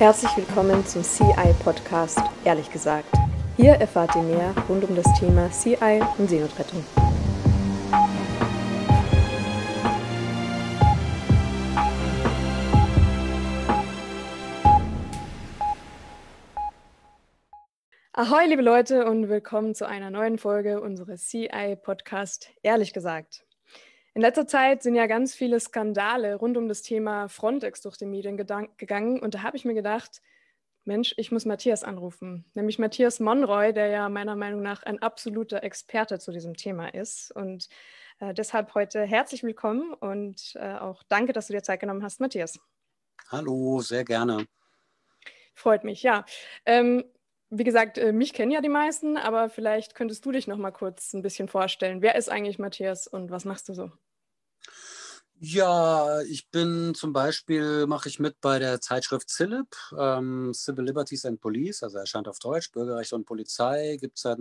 Herzlich willkommen zum CI-Podcast, ehrlich gesagt. Hier erfahrt ihr mehr rund um das Thema CI und Seenotrettung. Ahoi, liebe Leute, und willkommen zu einer neuen Folge unseres CI-Podcast, ehrlich gesagt. In letzter Zeit sind ja ganz viele Skandale rund um das Thema Frontex durch die Medien gegangen und da habe ich mir gedacht, Mensch, ich muss Matthias anrufen, nämlich Matthias Monroy, der ja meiner Meinung nach ein absoluter Experte zu diesem Thema ist. Und deshalb heute herzlich willkommen und auch danke, dass du dir Zeit genommen hast, Matthias. Hallo, sehr gerne. Freut mich, ja. Wie gesagt, mich kennen ja die meisten, aber vielleicht könntest du dich noch mal kurz ein bisschen vorstellen. Wer ist eigentlich Matthias und was machst du so? Ja, ich bin zum Beispiel, mache ich mit bei der Zeitschrift CILIP, Civil Liberties and Police, also erscheint auf Deutsch, Bürgerrecht und Polizei, gibt es seit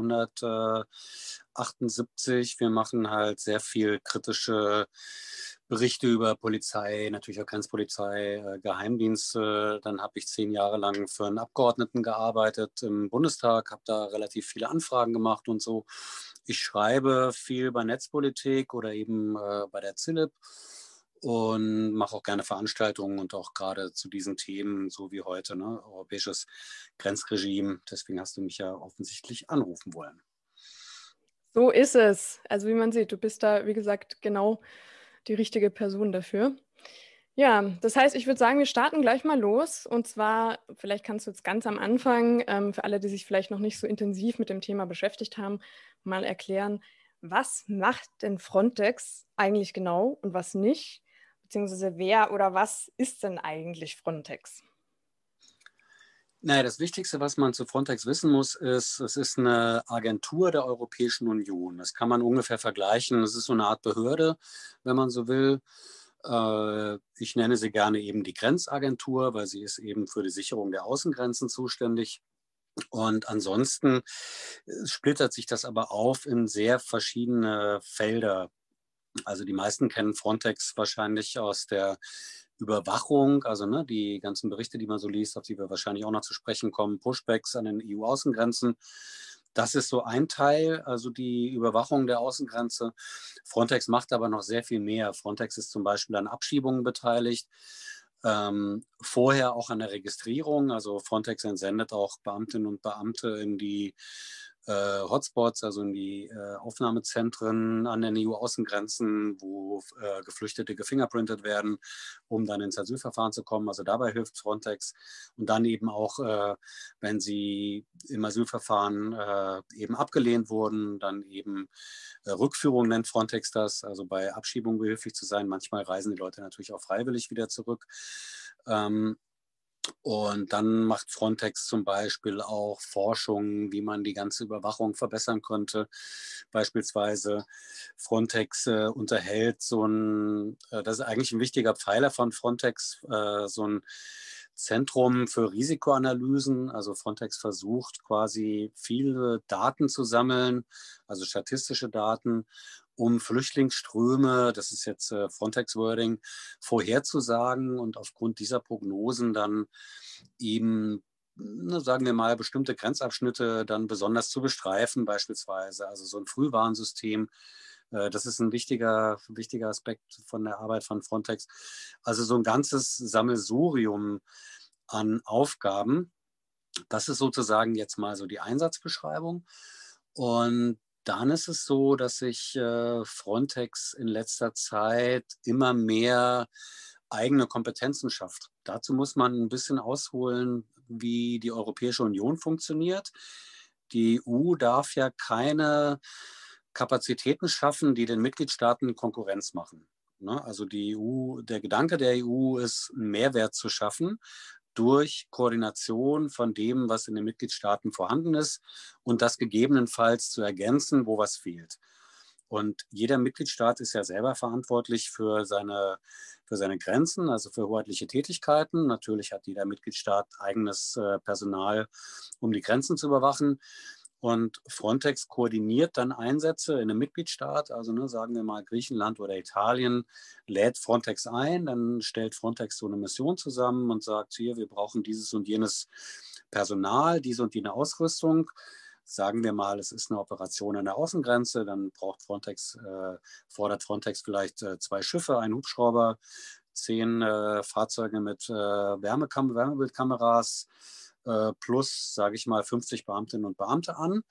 1978. Wir machen halt sehr viel kritische Berichte über Polizei, natürlich auch Grenzpolizei, Geheimdienste. Dann habe ich 10 Jahre lang für einen Abgeordneten gearbeitet im Bundestag, habe da relativ viele Anfragen gemacht und so. Ich schreibe viel bei Netzpolitik oder eben bei der CILIP und mache auch gerne Veranstaltungen und auch gerade zu diesen Themen, so wie heute, ne, europäisches Grenzregime. Deswegen hast du mich ja offensichtlich anrufen wollen. So ist es. Also wie man sieht, du bist da, wie gesagt, genau die richtige Person dafür. Ja, das heißt, ich würde sagen, wir starten gleich mal los. Und zwar, vielleicht kannst du jetzt ganz am Anfang, für alle, die sich vielleicht noch nicht so intensiv mit dem Thema beschäftigt haben, mal erklären, was macht denn Frontex eigentlich genau und was nicht? Beziehungsweise wer oder was ist denn eigentlich Frontex? Naja, das Wichtigste, was man zu Frontex wissen muss, ist, es ist eine Agentur der Europäischen Union. Das kann man ungefähr vergleichen. Es ist so eine Art Behörde, wenn man so will. Ich nenne sie gerne eben die Grenzagentur, weil sie ist eben für die Sicherung der Außengrenzen zuständig. Und ansonsten splittert sich das aber auf in sehr verschiedene Felder. Also die meisten kennen Frontex wahrscheinlich aus der Überwachung, also ne, die ganzen Berichte, die man so liest, auf die wir wahrscheinlich auch noch zu sprechen kommen, Pushbacks an den EU-Außengrenzen. Das ist so ein Teil, also die Überwachung der Außengrenze. Frontex macht aber noch sehr viel mehr. Frontex ist zum Beispiel an Abschiebungen beteiligt, vorher auch an der Registrierung. Also Frontex entsendet auch Beamtinnen und Beamte in die Hotspots, also in die Aufnahmezentren an den EU-Außengrenzen, wo Geflüchtete gefingerprintet werden, um dann ins Asylverfahren zu kommen. Also dabei hilft Frontex. Und dann eben auch, wenn sie im Asylverfahren eben abgelehnt wurden, dann eben Rückführung nennt Frontex das, also bei Abschiebung behilflich zu sein. Manchmal reisen die Leute natürlich auch freiwillig wieder zurück. Und dann macht Frontex zum Beispiel auch Forschung, wie man die ganze Überwachung verbessern könnte. Beispielsweise Frontex unterhält so ein, das ist eigentlich ein wichtiger Pfeiler von Frontex, so ein Zentrum für Risikoanalysen. Also Frontex versucht quasi viele Daten zu sammeln, also statistische Daten, um Flüchtlingsströme, das ist jetzt Frontex-Wording, vorherzusagen und aufgrund dieser Prognosen dann eben, sagen wir mal, bestimmte Grenzabschnitte dann besonders zu bestreifen, beispielsweise. Also so ein Frühwarnsystem, das ist ein wichtiger Aspekt von der Arbeit von Frontex. Also so ein ganzes Sammelsurium an Aufgaben. Das ist sozusagen jetzt mal so die Einsatzbeschreibung. Und dann ist es so, dass sich Frontex in letzter Zeit immer mehr eigene Kompetenzen schafft. Dazu muss man ein bisschen ausholen, wie die Europäische Union funktioniert. Die EU darf ja keine Kapazitäten schaffen, die den Mitgliedstaaten Konkurrenz machen. Also die EU, der Gedanke der EU ist, einen Mehrwert zu schaffen durch Koordination von dem, was in den Mitgliedstaaten vorhanden ist und das gegebenenfalls zu ergänzen, wo was fehlt. Und jeder Mitgliedstaat ist ja selber verantwortlich für seine Grenzen, also für hoheitliche Tätigkeiten. Natürlich hat jeder Mitgliedstaat eigenes Personal, um die Grenzen zu überwachen. Und Frontex koordiniert dann Einsätze in einem Mitgliedstaat, also sagen wir mal Griechenland oder Italien, lädt Frontex ein, dann stellt Frontex so eine Mission zusammen und sagt, hier, wir brauchen dieses und jenes Personal, diese und jene Ausrüstung. Sagen wir mal, es ist eine Operation an der Außengrenze, dann fordert Frontex vielleicht 2 Schiffe, einen Hubschrauber, 10 Fahrzeuge mit Wärmebildkameras, plus, sage ich mal, 50 Beamtinnen und Beamte an.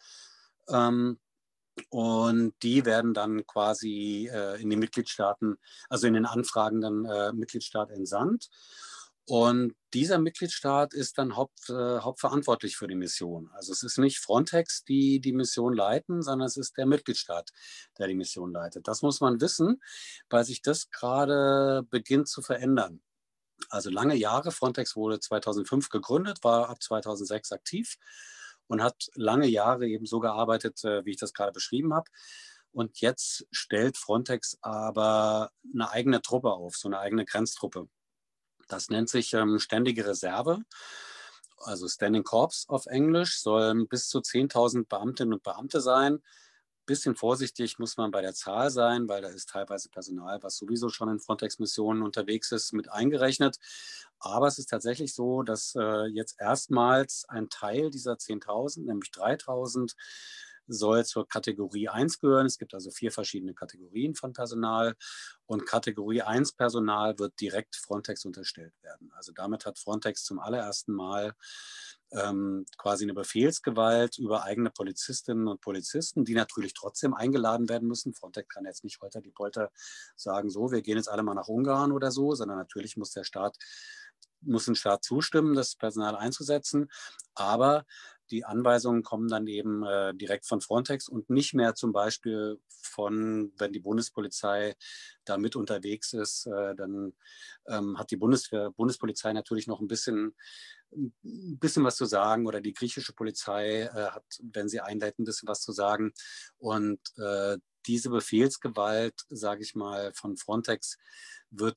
Und die werden dann quasi in den Mitgliedstaaten, also in den anfragenden Mitgliedstaat entsandt. Und dieser Mitgliedstaat ist dann hauptverantwortlich für die Mission. Also es ist nicht Frontex, die die Mission leiten, sondern es ist der Mitgliedstaat, der die Mission leitet. Das muss man wissen, weil sich das gerade beginnt zu verändern. Also lange Jahre, Frontex wurde 2005 gegründet, war ab 2006 aktiv und hat lange Jahre eben so gearbeitet, wie ich das gerade beschrieben habe. Und jetzt stellt Frontex aber eine eigene Truppe auf, so eine eigene Grenztruppe. Das nennt sich ständige Reserve, also Standing Corps auf Englisch, sollen bis zu 10.000 Beamtinnen und Beamte sein. Bisschen vorsichtig muss man bei der Zahl sein, weil da ist teilweise Personal, was sowieso schon in Frontex-Missionen unterwegs ist, mit eingerechnet. Aber es ist tatsächlich so, dass jetzt erstmals ein Teil dieser 10.000, nämlich 3.000, soll zur Kategorie 1 gehören. Es gibt also 4 verschiedene Kategorien von Personal und Kategorie 1 Personal wird direkt Frontex unterstellt werden. Also damit hat Frontex zum allerersten Mal quasi eine Befehlsgewalt über eigene Polizistinnen und Polizisten, die natürlich trotzdem eingeladen werden müssen. Frontex kann jetzt nicht heute die Polter sagen, so, wir gehen jetzt alle mal nach Ungarn oder so, sondern natürlich muss ein Staat zustimmen, das Personal einzusetzen. Aber die Anweisungen kommen dann eben direkt von Frontex und nicht mehr zum Beispiel wenn die Bundespolizei da mit unterwegs ist, dann hat die Bundespolizei natürlich noch ein bisschen was zu sagen oder die griechische Polizei hat, wenn sie einleitet, ein bisschen was zu sagen. Und diese Befehlsgewalt, sage ich mal, von Frontex wird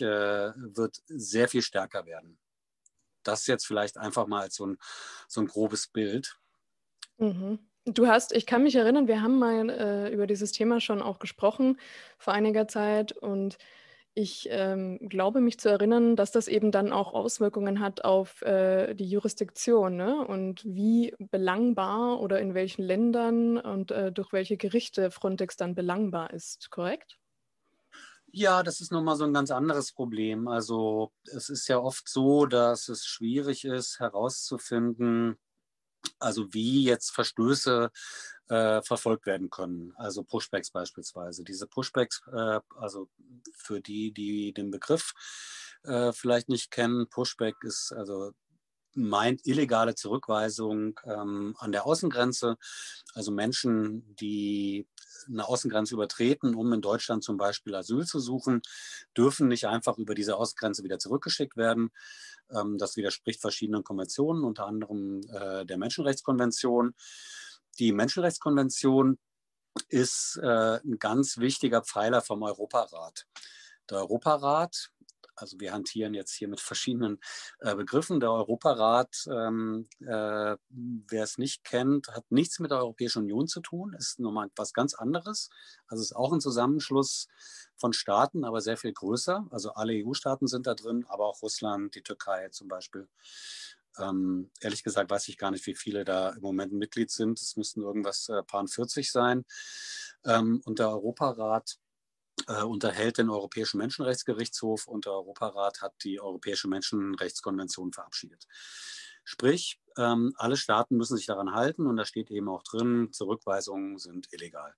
sehr viel stärker werden. Das jetzt vielleicht einfach mal als so ein grobes Bild. Mhm. Ich kann mich erinnern, wir haben mal über dieses Thema schon auch gesprochen vor einiger Zeit und ich glaube mich zu erinnern, dass das eben dann auch Auswirkungen hat auf die Jurisdiktion, ne? Und wie belangbar oder in welchen Ländern und durch welche Gerichte Frontex dann belangbar ist, korrekt? Ja, das ist nochmal so ein ganz anderes Problem. Also es ist ja oft so, dass es schwierig ist herauszufinden, also wie jetzt Verstöße verfolgt werden können. Also Pushbacks beispielsweise. Diese Pushbacks, also für die den Begriff vielleicht nicht kennen, Pushback ist also meint illegale Zurückweisung an der Außengrenze. Also Menschen, die eine Außengrenze übertreten, um in Deutschland zum Beispiel Asyl zu suchen, dürfen nicht einfach über diese Außengrenze wieder zurückgeschickt werden. Das widerspricht verschiedenen Konventionen, unter anderem der Menschenrechtskonvention. Die Menschenrechtskonvention ist ein ganz wichtiger Pfeiler vom Europarat. Der Europarat, also wir hantieren jetzt hier mit verschiedenen Begriffen. Der Europarat, wer es nicht kennt, hat nichts mit der Europäischen Union zu tun, ist nochmal was ganz anderes. Also es ist auch ein Zusammenschluss von Staaten, aber sehr viel größer. Also alle EU-Staaten sind da drin, aber auch Russland, die Türkei zum Beispiel. Ehrlich gesagt weiß ich gar nicht, wie viele da im Moment Mitglied sind. Es müssten irgendwas paar 40 sein. Und der Europarat unterhält den Europäischen Menschenrechtsgerichtshof und der Europarat hat die Europäische Menschenrechtskonvention verabschiedet. Sprich, alle Staaten müssen sich daran halten und da steht eben auch drin, Zurückweisungen sind illegal.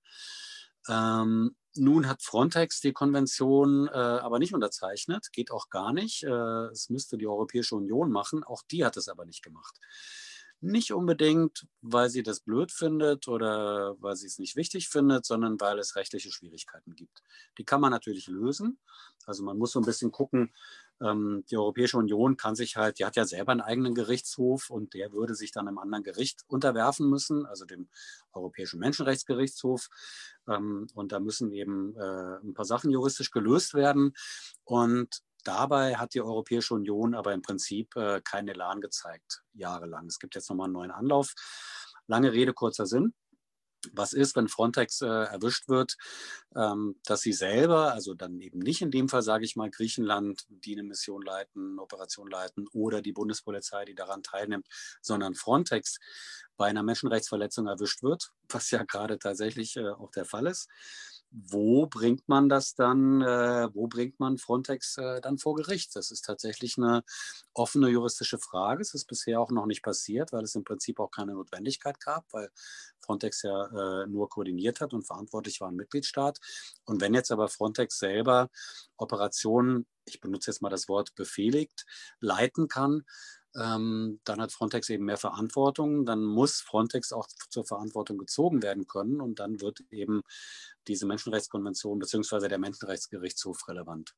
Nun hat Frontex die Konvention aber nicht unterzeichnet, geht auch gar nicht. Es müsste die Europäische Union machen, auch die hat es aber nicht gemacht. Nicht unbedingt, weil sie das blöd findet oder weil sie es nicht wichtig findet, sondern weil es rechtliche Schwierigkeiten gibt. Die kann man natürlich lösen. Also man muss so ein bisschen gucken, die Europäische Union die hat ja selber einen eigenen Gerichtshof und der würde sich dann einem anderen Gericht unterwerfen müssen, also dem Europäischen Menschenrechtsgerichtshof. Und da müssen eben ein paar Sachen juristisch gelöst werden. Und dabei hat die Europäische Union aber im Prinzip keinen Elan gezeigt, jahrelang. Es gibt jetzt nochmal einen neuen Anlauf. Lange Rede, kurzer Sinn. Was ist, wenn Frontex erwischt wird, dass sie selber, also dann eben nicht in dem Fall, sage ich mal, Griechenland, die eine Mission leiten, eine Operation leiten oder die Bundespolizei, die daran teilnimmt, sondern Frontex bei einer Menschenrechtsverletzung erwischt wird, was ja gerade tatsächlich auch der Fall ist. Wo bringt man das dann, wo bringt man Frontex dann vor Gericht? Das ist tatsächlich eine offene juristische Frage. Es ist bisher auch noch nicht passiert, weil es im Prinzip auch keine Notwendigkeit gab, weil Frontex ja nur koordiniert hat und verantwortlich war ein Mitgliedstaat. Und wenn jetzt aber Frontex selber Operationen, ich benutze jetzt mal das Wort befehligt, leiten kann, dann hat Frontex eben mehr Verantwortung, dann muss Frontex auch zur Verantwortung gezogen werden können und dann wird eben diese Menschenrechtskonvention bzw. der Menschenrechtsgerichtshof relevant.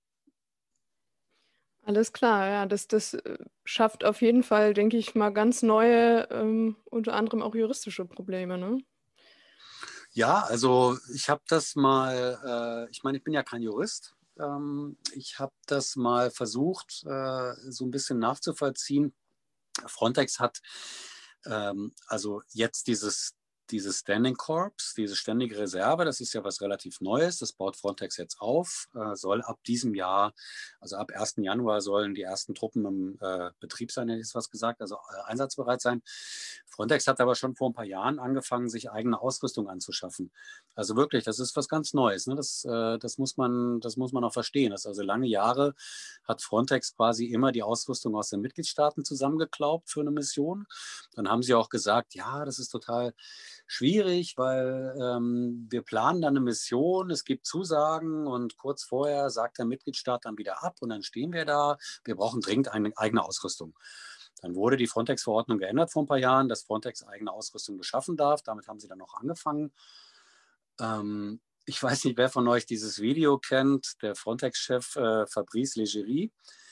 Alles klar, ja, das schafft auf jeden Fall, denke ich mal, ganz neue, unter anderem auch juristische Probleme, ne? Ja, also ich habe das mal, ich meine, ich bin ja kein Jurist. Ich habe das mal versucht, so ein bisschen nachzuvollziehen. Frontex hat also jetzt dieses Standing Corps, diese ständige Reserve, das ist ja was relativ Neues, das baut Frontex jetzt auf, soll ab diesem Jahr, also ab 1. Januar sollen die ersten Truppen im Betrieb sein, hätte ich jetzt was gesagt, also einsatzbereit sein. Frontex hat aber schon vor ein paar Jahren angefangen, sich eigene Ausrüstung anzuschaffen. Also wirklich, das ist was ganz Neues. Ne? Das muss man auch verstehen. Das also lange Jahre hat Frontex quasi immer die Ausrüstung aus den Mitgliedstaaten zusammengeklaubt für eine Mission. Dann haben sie auch gesagt, ja, das ist total schwierig, weil wir planen dann eine Mission, es gibt Zusagen und kurz vorher sagt der Mitgliedstaat dann wieder ab und dann stehen wir da, wir brauchen dringend eine eigene Ausrüstung. Dann wurde die Frontex-Verordnung geändert vor ein paar Jahren, dass Frontex eigene Ausrüstung beschaffen darf. Damit haben sie dann auch angefangen. Ich weiß nicht, wer von euch dieses Video kennt, der Frontex-Chef Fabrice Leggeri,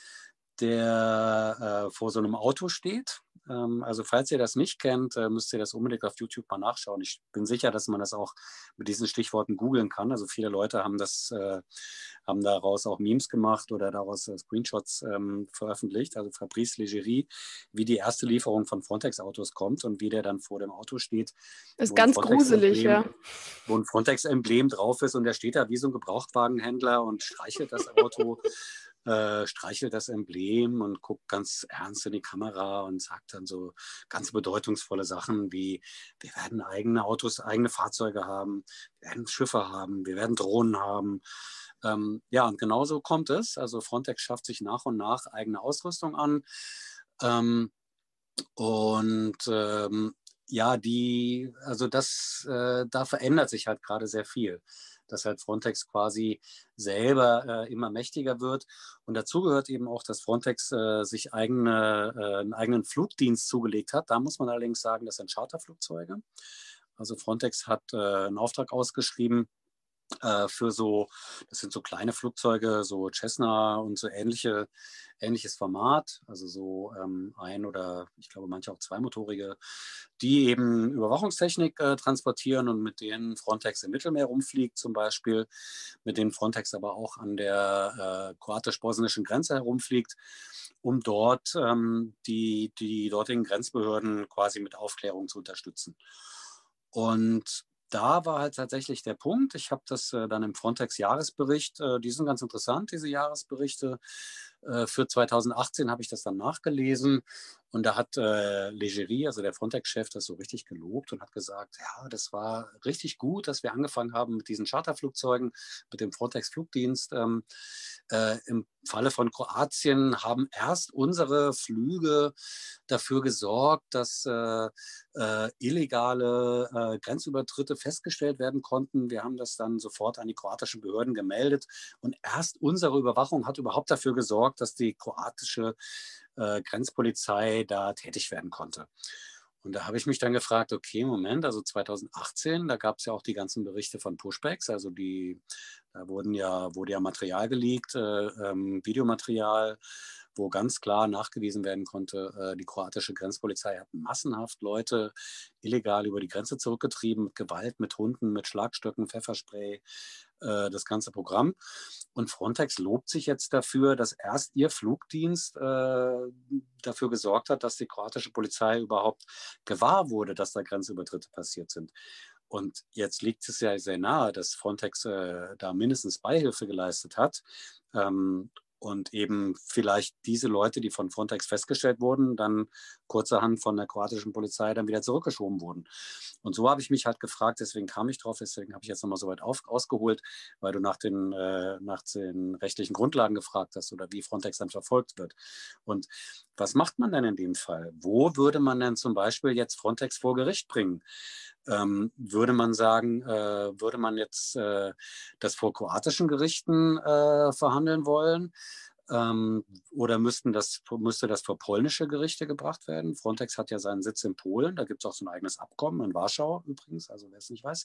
der vor so einem Auto steht. Also falls ihr das nicht kennt, müsst ihr das unbedingt auf YouTube mal nachschauen. Ich bin sicher, dass man das auch mit diesen Stichworten googeln kann. Also viele Leute haben daraus auch Memes gemacht oder daraus Screenshots veröffentlicht. Also Fabrice Leggeri, wie die erste Lieferung von Frontex-Autos kommt und wie der dann vor dem Auto steht. Ist ganz gruselig, ja. Wo ein Frontex-Emblem drauf ist und der steht da wie so ein Gebrauchtwagenhändler und streichelt das Auto. Streichelt das Emblem und guckt ganz ernst in die Kamera und sagt dann so ganz bedeutungsvolle Sachen wie, wir werden eigene Autos, eigene Fahrzeuge haben, wir werden Schiffe haben, wir werden Drohnen haben. Ja, und genauso kommt es. Also Frontex schafft sich nach und nach eigene Ausrüstung an. Ja, da verändert sich halt gerade sehr viel, dass halt Frontex quasi selber immer mächtiger wird. Und dazu gehört eben auch, dass Frontex sich einen eigenen Flugdienst zugelegt hat. Da muss man allerdings sagen, das sind Charterflugzeuge. Also Frontex hat einen Auftrag ausgeschrieben für das sind so kleine Flugzeuge, so Cessna und so ähnliches Format, also so oder ich glaube manche auch zweimotorige, die eben Überwachungstechnik transportieren und mit denen Frontex im Mittelmeer rumfliegt zum Beispiel, mit denen Frontex aber auch an der kroatisch-bosnischen Grenze herumfliegt, um dort die dortigen Grenzbehörden quasi mit Aufklärung zu unterstützen. Und da war halt tatsächlich der Punkt. Ich habe das dann im Frontex-Jahresbericht, die sind ganz interessant, diese Jahresberichte. Für 2018 habe ich das dann nachgelesen und da hat Leggeri, also der Frontex-Chef, das so richtig gelobt und hat gesagt, ja, das war richtig gut, dass wir angefangen haben mit diesen Charterflugzeugen, mit dem Frontex-Flugdienst. Im Falle von Kroatien haben erst unsere Flüge dafür gesorgt, dass illegale Grenzübertritte festgestellt werden konnten. Wir haben das dann sofort an die kroatischen Behörden gemeldet und erst unsere Überwachung hat überhaupt dafür gesorgt, dass die kroatische Grenzpolizei da tätig werden konnte. Und da habe ich mich dann gefragt, okay, Moment, also 2018, da gab es ja auch die ganzen Berichte von Pushbacks, also da wurde ja Material geleakt, Videomaterial wo ganz klar nachgewiesen werden konnte, die kroatische Grenzpolizei hat massenhaft Leute illegal über die Grenze zurückgetrieben, mit Gewalt, mit Hunden, mit Schlagstöcken, Pfefferspray, das ganze Programm. Und Frontex lobt sich jetzt dafür, dass erst ihr Flugdienst dafür gesorgt hat, dass die kroatische Polizei überhaupt gewahr wurde, dass da Grenzübertritte passiert sind. Und jetzt liegt es ja sehr nahe, dass Frontex da mindestens Beihilfe geleistet hat. Und eben vielleicht diese Leute, die von Frontex festgestellt wurden, dann kurzerhand von der kroatischen Polizei dann wieder zurückgeschoben wurden. Und so habe ich mich halt gefragt, deswegen kam ich drauf, deswegen habe ich jetzt nochmal so weit ausgeholt, weil du nach den rechtlichen Grundlagen gefragt hast oder wie Frontex dann verfolgt wird. Und was macht man denn in dem Fall? Wo würde man denn zum Beispiel jetzt Frontex vor Gericht bringen? Würde man sagen, würde man jetzt das vor kroatischen Gerichten verhandeln wollen? Oder müsste das vor polnische Gerichte gebracht werden? Frontex hat ja seinen Sitz in Polen, da gibt es auch so ein eigenes Abkommen, in Warschau übrigens, also wer es nicht weiß.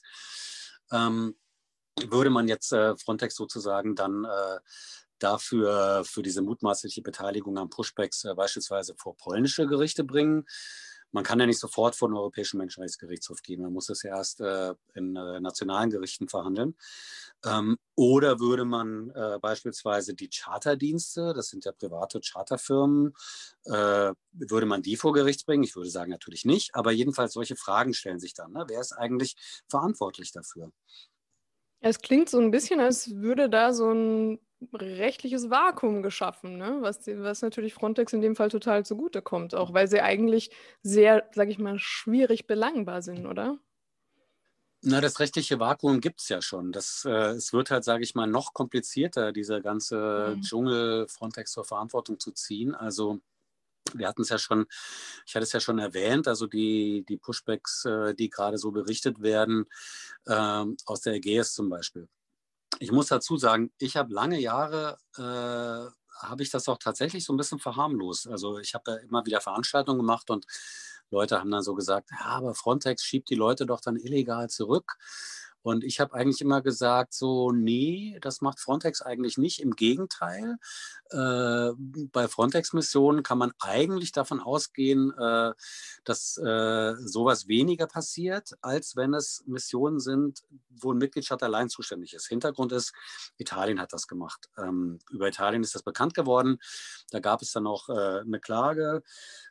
Würde man jetzt Frontex sozusagen dann dafür für diese mutmaßliche Beteiligung an Pushbacks beispielsweise vor polnische Gerichte bringen? Man kann ja nicht sofort vor den Europäischen Menschenrechtsgerichtshof gehen. Man muss es ja erst in nationalen Gerichten verhandeln. Oder würde man beispielsweise die Charterdienste, das sind ja private Charterfirmen, würde man die vor Gericht bringen? Ich würde sagen, natürlich nicht. Aber jedenfalls solche Fragen stellen sich dann. Ne? Wer ist eigentlich verantwortlich dafür? Es klingt so ein bisschen, als würde da so ein rechtliches Vakuum geschaffen, ne? Was natürlich Frontex in dem Fall total zugutekommt, auch weil sie eigentlich sehr, sag ich mal, schwierig belangbar sind, oder? Na, das rechtliche Vakuum gibt es ja schon. Es wird halt, sage ich mal, noch komplizierter, dieser ganze Mhm. Dschungel Frontex zur Verantwortung zu ziehen. Also wir hatten es ja schon, ich hatte es ja schon erwähnt, also die Pushbacks, die gerade so berichtet werden, aus der Ägäis zum Beispiel. Ich muss dazu sagen, ich habe lange Jahre, habe ich das auch tatsächlich so ein bisschen verharmlost. Also ich habe da immer wieder Veranstaltungen gemacht und Leute haben dann so gesagt, ja, aber Frontex schiebt die Leute doch dann illegal zurück. Und ich habe eigentlich immer gesagt, so, nee, das macht Frontex eigentlich nicht. Im Gegenteil, bei Frontex-Missionen kann man eigentlich davon ausgehen, dass sowas weniger passiert, als wenn es Missionen sind, wo ein Mitgliedstaat allein zuständig ist. Hintergrund ist, Italien hat das gemacht. Über Italien ist das bekannt geworden. Da gab es dann auch eine Klage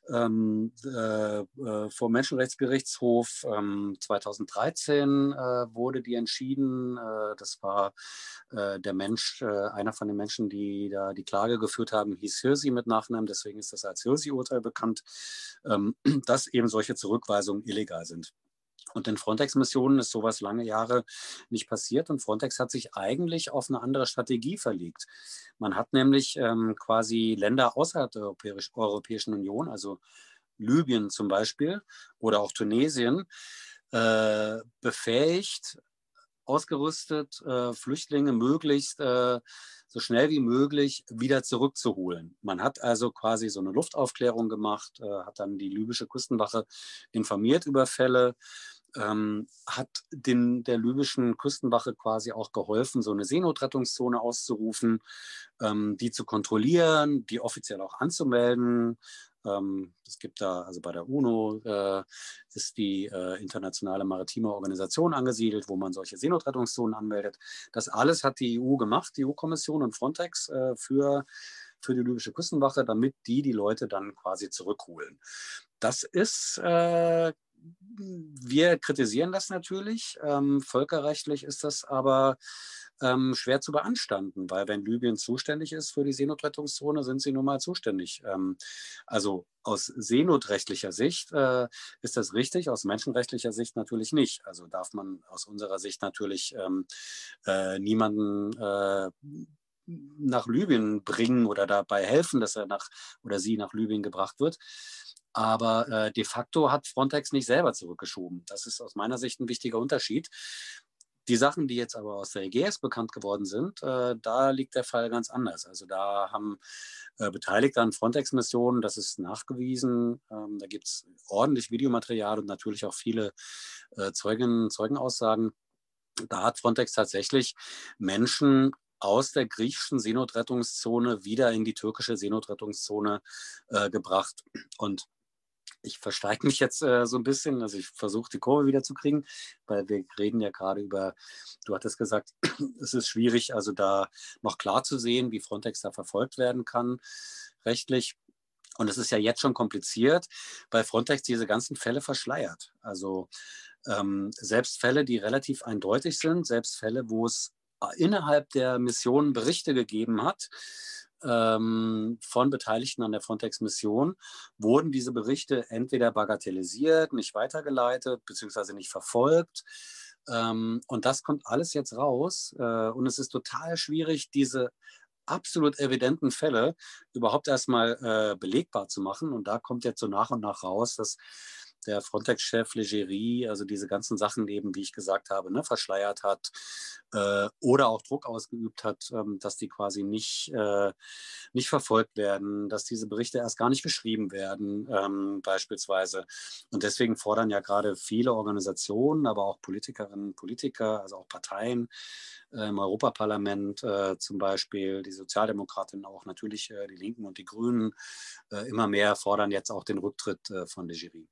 vor Menschenrechtsgerichtshof. 2013 wurde die entschieden. Das war der Mensch, einer von den Menschen, die da die Klage geführt haben, hieß Hirsi mit Nachnamen. Deswegen ist das als Hirsi-Urteil bekannt, dass eben solche Zurückweisungen illegal sind. Und in Frontex-Missionen ist sowas lange Jahre nicht passiert und Frontex hat sich eigentlich auf eine andere Strategie verlegt. Man hat nämlich quasi Länder außerhalb der Europäischen Union, also Libyen zum Beispiel oder auch Tunesien, befähigt, ausgerüstet, Flüchtlinge möglichst so schnell wie möglich wieder zurückzuholen. Man hat also quasi so eine Luftaufklärung gemacht, hat dann die libysche Küstenwache informiert über Fälle, hat der libyschen Küstenwache quasi auch geholfen, so eine Seenotrettungszone auszurufen, die zu kontrollieren, die offiziell auch anzumelden. Es gibt da, also bei der UNO ist die internationale maritime Organisation angesiedelt, wo man solche Seenotrettungszonen anmeldet. Das alles hat die EU gemacht, die EU-Kommission und Frontex für die libysche Küstenwache, damit die Leute dann quasi zurückholen. Das ist wir kritisieren das natürlich. Völkerrechtlich ist das aber schwer zu beanstanden, weil wenn Libyen zuständig ist für die Seenotrettungszone, sind sie nun mal zuständig. Also aus seenotrechtlicher Sicht ist das richtig, aus menschenrechtlicher Sicht natürlich nicht. Also darf man aus unserer Sicht natürlich niemanden nach Libyen bringen oder dabei helfen, dass er sie nach Libyen gebracht wird. Aber de facto hat Frontex nicht selber zurückgeschoben. Das ist aus meiner Sicht ein wichtiger Unterschied. Die Sachen, die jetzt aber aus der Ägäis bekannt geworden sind, da liegt der Fall ganz anders. Also da haben Beteiligte an Frontex-Missionen, das ist nachgewiesen. Da gibt es ordentlich Videomaterial und natürlich auch viele Zeugenaussagen. Da hat Frontex tatsächlich Menschen aus der griechischen Seenotrettungszone wieder in die türkische Seenotrettungszone gebracht. Und ich versteige mich jetzt so ein bisschen, also ich versuche die Kurve wieder zu kriegen, weil wir reden ja gerade über, du hattest gesagt, es ist schwierig, also da noch klar zu sehen, wie Frontex da verfolgt werden kann, rechtlich. Und es ist ja jetzt schon kompliziert, weil Frontex diese ganzen Fälle verschleiert. Also selbst Fälle, die relativ eindeutig sind, selbst Fälle, wo es innerhalb der Mission Berichte gegeben hat, von Beteiligten an der Frontex-Mission, wurden diese Berichte entweder bagatellisiert, nicht weitergeleitet, beziehungsweise nicht verfolgt. Und das kommt alles jetzt raus. Und es ist total schwierig, diese absolut evidenten Fälle überhaupt erstmal belegbar zu machen. Und da kommt jetzt so nach und nach raus, dass der Frontex-Chef Leggeri, also diese ganzen Sachen eben, wie ich gesagt habe, ne, verschleiert hat oder auch Druck ausgeübt hat, dass die quasi nicht verfolgt werden, dass diese Berichte erst gar nicht geschrieben werden, beispielsweise. Und deswegen fordern ja gerade viele Organisationen, aber auch Politikerinnen und Politiker, also auch Parteien im Europaparlament zum Beispiel, die Sozialdemokratinnen auch, natürlich die Linken und die Grünen, immer mehr fordern jetzt auch den Rücktritt von Leggeri.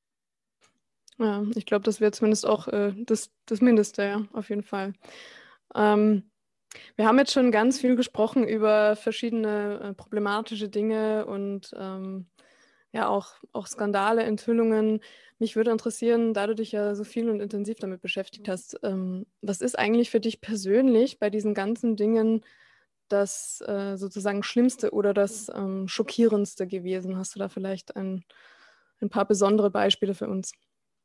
Ja, ich glaube, das wäre zumindest auch das Mindeste, ja, auf jeden Fall. Wir haben jetzt schon ganz viel gesprochen über verschiedene problematische Dinge und ja, auch Skandale, Enthüllungen. Mich würde interessieren, da du dich ja so viel und intensiv damit beschäftigt hast, was ist eigentlich für dich persönlich bei diesen ganzen Dingen das sozusagen Schlimmste oder das Schockierendste gewesen? Hast du da vielleicht ein paar besondere Beispiele für uns?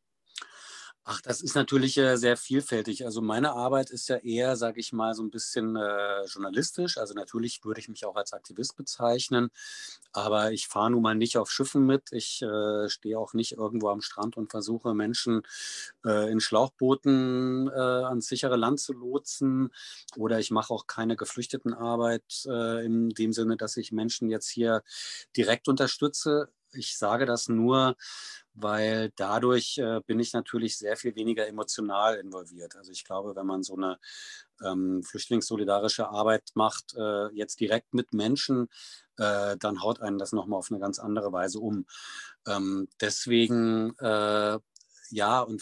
Ach, das ist natürlich sehr vielfältig. Also meine Arbeit ist ja eher, sage ich mal, so ein bisschen journalistisch. Also natürlich würde ich mich auch als Aktivist bezeichnen, aber ich fahre nun mal nicht auf Schiffen mit. Ich stehe auch nicht irgendwo am Strand und versuche Menschen in Schlauchbooten ans sichere Land zu lotsen. Oder ich mache auch keine Geflüchtetenarbeit in dem Sinne, dass ich Menschen jetzt hier direkt unterstütze. Ich sage das nur, weil dadurch bin ich natürlich sehr viel weniger emotional involviert. Also ich glaube, wenn man so eine flüchtlingssolidarische Arbeit macht, jetzt direkt mit Menschen, dann haut einen das nochmal auf eine ganz andere Weise um. Deswegen, ja, und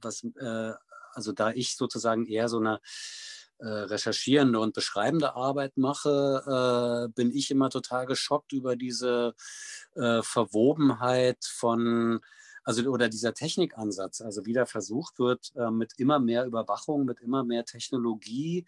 also da ich sozusagen eher so eine recherchierende und beschreibende Arbeit mache, bin ich immer total geschockt über diese Verwobenheit von, also oder dieser Technikansatz, also wie da versucht wird, mit immer mehr Überwachung, mit immer mehr Technologie,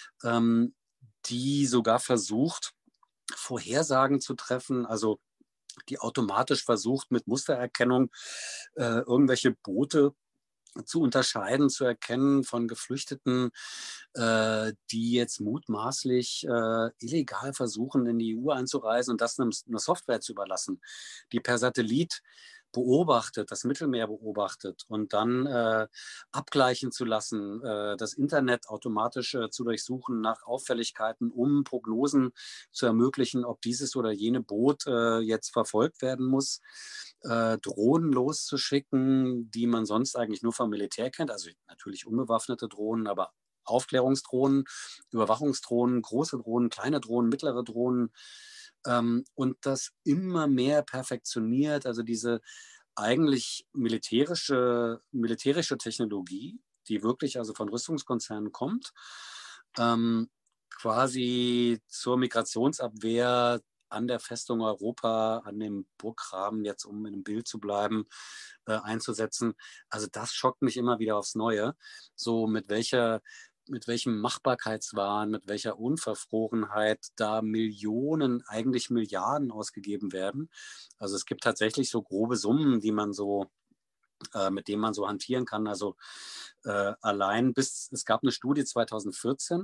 die sogar versucht, Vorhersagen zu treffen, also die automatisch versucht, mit Mustererkennung irgendwelche Boote zu unterscheiden, zu erkennen von Geflüchteten, die jetzt mutmaßlich illegal versuchen, in die EU einzureisen und das einer Software zu überlassen, die per Satellit beobachtet, das Mittelmeer beobachtet und dann abgleichen zu lassen, das Internet automatisch zu durchsuchen nach Auffälligkeiten, um Prognosen zu ermöglichen, ob dieses oder jene Boot jetzt verfolgt werden muss, Drohnen loszuschicken, die man sonst eigentlich nur vom Militär kennt, also natürlich unbewaffnete Drohnen, aber Aufklärungsdrohnen, Überwachungsdrohnen, große Drohnen, kleine Drohnen, mittlere Drohnen, und das immer mehr perfektioniert, also diese eigentlich militärische Technologie, die wirklich also von Rüstungskonzernen kommt, quasi zur Migrationsabwehr an der Festung Europa, an dem Burggraben, jetzt um in dem Bild zu bleiben, einzusetzen. Also das schockt mich immer wieder aufs Neue, so mit welchem Machbarkeitswahn, mit welcher Unverfrorenheit da Millionen, eigentlich Milliarden ausgegeben werden. Also es gibt tatsächlich so grobe Summen, mit denen man so hantieren kann. Also es gab eine Studie 2014,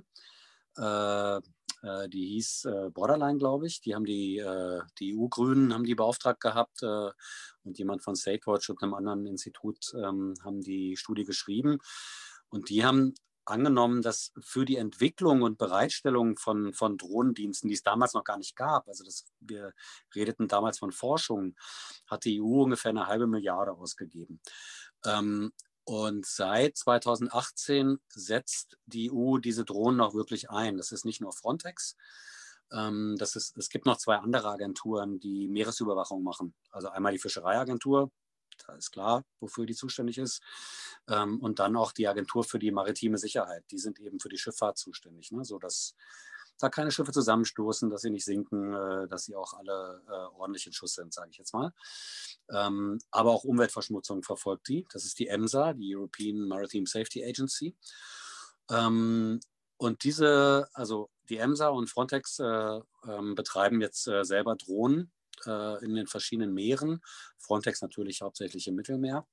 die hieß Borderline, glaube ich. Die haben die EU-Grünen haben die beauftragt gehabt und jemand von StateWatch und einem anderen Institut haben die Studie geschrieben. Und die haben angenommen, dass für die Entwicklung und Bereitstellung von Drohnendiensten, die es damals noch gar nicht gab, also wir redeten damals von Forschung, hat die EU ungefähr 1,5 Milliarde ausgegeben. Und seit 2018 setzt die EU diese Drohnen auch wirklich ein. Das ist nicht nur Frontex. Es gibt noch 2 andere Agenturen, die Meeresüberwachung machen. Also einmal die Fischereiagentur, da ist klar, wofür die zuständig ist. Und dann auch die Agentur für die maritime Sicherheit. Die sind eben für die Schifffahrt zuständig, ne? Sodass da keine Schiffe zusammenstoßen, dass sie nicht sinken, dass sie auch alle ordentlich in Schuss sind, sage ich jetzt mal. Aber auch Umweltverschmutzung verfolgt die. Das ist die EMSA, die European Maritime Safety Agency. Und also die EMSA und Frontex betreiben jetzt selber Drohnen in den verschiedenen Meeren. Frontex natürlich hauptsächlich im Mittelmeer.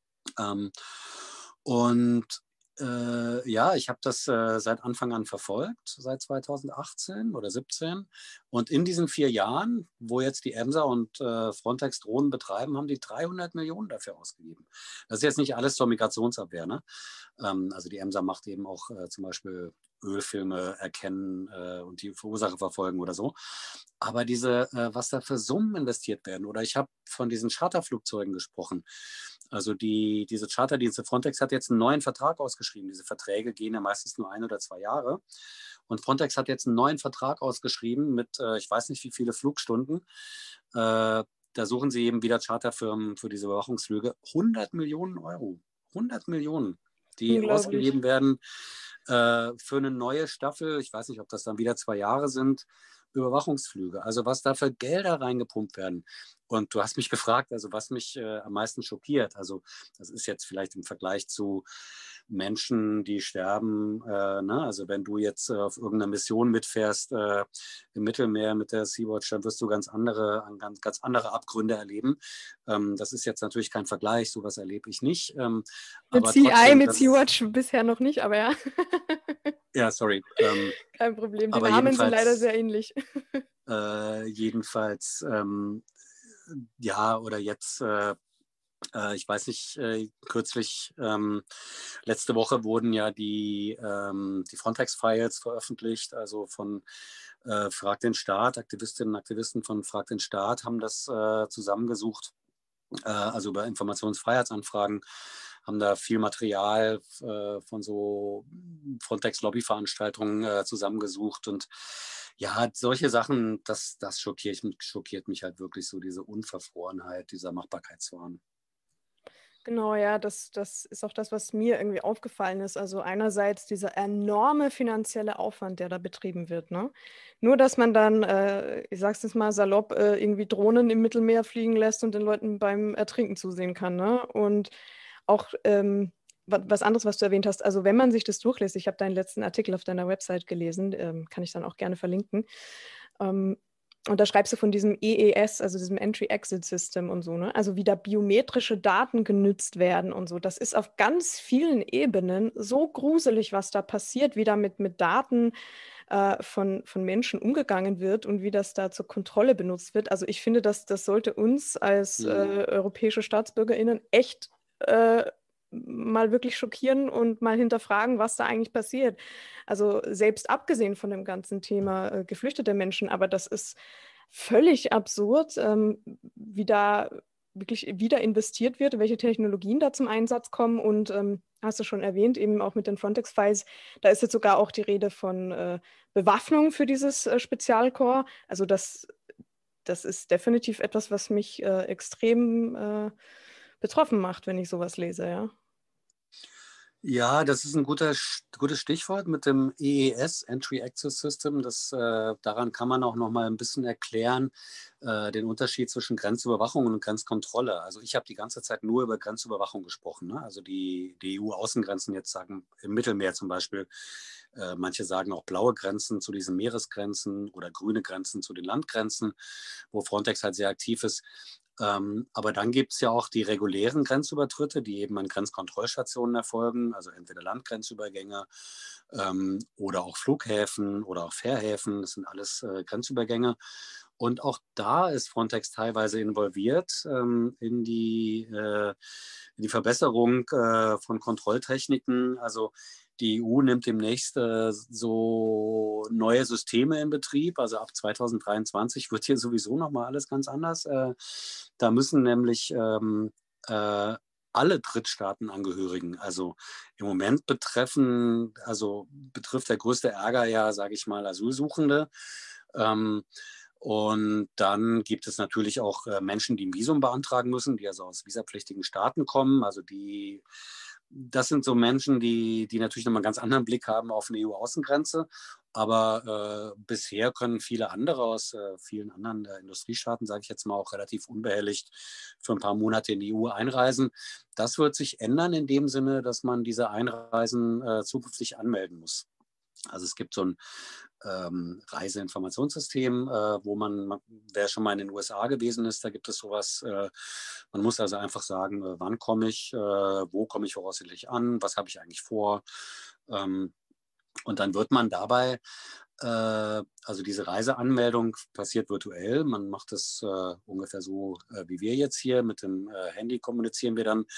Ich habe das seit Anfang an verfolgt, seit 2018 oder 2017. Und in diesen 4 Jahren, wo jetzt die EMSA und Frontex Drohnen betreiben, haben die 300 Millionen dafür ausgegeben. Das ist jetzt nicht alles zur Migrationsabwehr, ne? Also die EMSA macht eben auch zum Beispiel Ölfilme erkennen und die Verursacher verfolgen oder so. Aber was da für Summen investiert werden, oder ich habe von diesen Charterflugzeugen gesprochen. Also diese Charterdienste, Frontex hat jetzt einen neuen Vertrag ausgeschrieben. Diese Verträge gehen ja meistens nur 1 oder 2 Jahre. Und Frontex hat jetzt einen neuen Vertrag ausgeschrieben mit, ich weiß nicht wie viele Flugstunden. Da suchen sie eben wieder Charterfirmen für diese Überwachungsflüge. 100 Millionen Euro. 100 Millionen, die ausgegeben werden für eine neue Staffel. Ich weiß nicht, ob das dann wieder 2 Jahre sind. Überwachungsflüge. Also was da für Gelder reingepumpt werden. Und du hast mich gefragt, also was mich am meisten schockiert. Also das ist jetzt vielleicht im Vergleich zu Menschen, die sterben. Ne? Also wenn du jetzt auf irgendeiner Mission mitfährst im Mittelmeer mit der Sea-Watch, dann wirst du ganz andere Abgründe erleben. Das ist jetzt natürlich kein Vergleich, sowas erlebe ich nicht. Mit CI, mit Sea-Watch bisher noch nicht, aber ja. Ja, sorry. Kein Problem, die Namen sind leider sehr ähnlich. Jedenfalls, oder jetzt, ich weiß nicht, kürzlich, letzte Woche wurden ja die Frontex-Files veröffentlicht, also von Frag den Staat, Aktivistinnen und Aktivisten von Frag den Staat haben das zusammengesucht, also über Informationsfreiheitsanfragen, haben da viel Material von so Frontex-Lobby-Veranstaltungen zusammengesucht. Und ja, solche Sachen, das schockiert mich halt wirklich so, diese Unverfrorenheit, dieser Machbarkeitswahn. Genau, ja, das ist auch das, was mir irgendwie aufgefallen ist. Also einerseits dieser enorme finanzielle Aufwand, der da betrieben wird, ne? Nur, dass man dann, ich sag's jetzt mal salopp, irgendwie Drohnen im Mittelmeer fliegen lässt und den Leuten beim Ertrinken zusehen kann, ne? Und auch was anderes, was du erwähnt hast, also wenn man sich das durchliest, ich habe deinen letzten Artikel auf deiner Website gelesen, kann ich dann auch gerne verlinken. Und da schreibst du von diesem EES, also diesem Entry-Exit-System und so, ne? Also wie da biometrische Daten genützt werden und so. Das ist auf ganz vielen Ebenen so gruselig, was da passiert, wie da mit Daten von Menschen umgegangen wird und wie das da zur Kontrolle benutzt wird. Also ich finde, das sollte uns als europäische StaatsbürgerInnen echt mal wirklich schockieren und mal hinterfragen, was da eigentlich passiert. Also selbst abgesehen von dem ganzen Thema geflüchtete Menschen, aber das ist völlig absurd, wie da wirklich wieder investiert wird, welche Technologien da zum Einsatz kommen und hast du schon erwähnt, eben auch mit den Frontex-Files, da ist jetzt sogar auch die Rede von Bewaffnung für dieses Spezialkorps. Also das ist definitiv etwas, was mich extrem betroffen macht, wenn ich sowas lese, ja. Ja, das ist ein gutes Stichwort mit dem EES, Entry Access System. Daran kann man auch noch mal ein bisschen erklären, den Unterschied zwischen Grenzüberwachung und Grenzkontrolle. Also ich habe die ganze Zeit nur über Grenzüberwachung gesprochen, ne? Also die EU-Außengrenzen jetzt sagen, im Mittelmeer zum Beispiel, manche sagen auch blaue Grenzen zu diesen Meeresgrenzen oder grüne Grenzen zu den Landgrenzen, wo Frontex halt sehr aktiv ist. Aber dann gibt es ja auch die regulären Grenzübertritte, die eben an Grenzkontrollstationen erfolgen, also entweder Landgrenzübergänge oder auch Flughäfen oder auch Fährhäfen. Das sind alles Grenzübergänge. Und auch da ist Frontex teilweise involviert in die Verbesserung von Kontrolltechniken. Also die EU nimmt demnächst so neue Systeme in Betrieb. Also ab 2023 wird hier sowieso nochmal alles ganz anders. Da müssen nämlich alle Drittstaatenangehörigen. Also im Moment betrifft der größte Ärger ja, sage ich mal, Asylsuchende. Und dann gibt es natürlich auch Menschen, die ein Visum beantragen müssen, die also aus visapflichtigen Staaten kommen. Also das sind so Menschen, die natürlich nochmal einen ganz anderen Blick haben auf eine EU-Außengrenze. Aber bisher können viele andere aus vielen anderen Industriestaaten, sage ich jetzt mal, auch relativ unbehelligt für ein paar Monate in die EU einreisen. Das wird sich ändern in dem Sinne, dass man diese Einreisen zukünftig anmelden muss. Also es gibt so ein Reiseinformationssystem, wer schon mal in den USA gewesen ist, da gibt es sowas. Man muss also einfach sagen, wann komme ich, wo komme ich voraussichtlich an, was habe ich eigentlich vor. Und dann wird man dabei, also diese Reiseanmeldung passiert virtuell. Man macht es ungefähr so, wie wir jetzt hier. Mit dem Handy kommunizieren wir dann.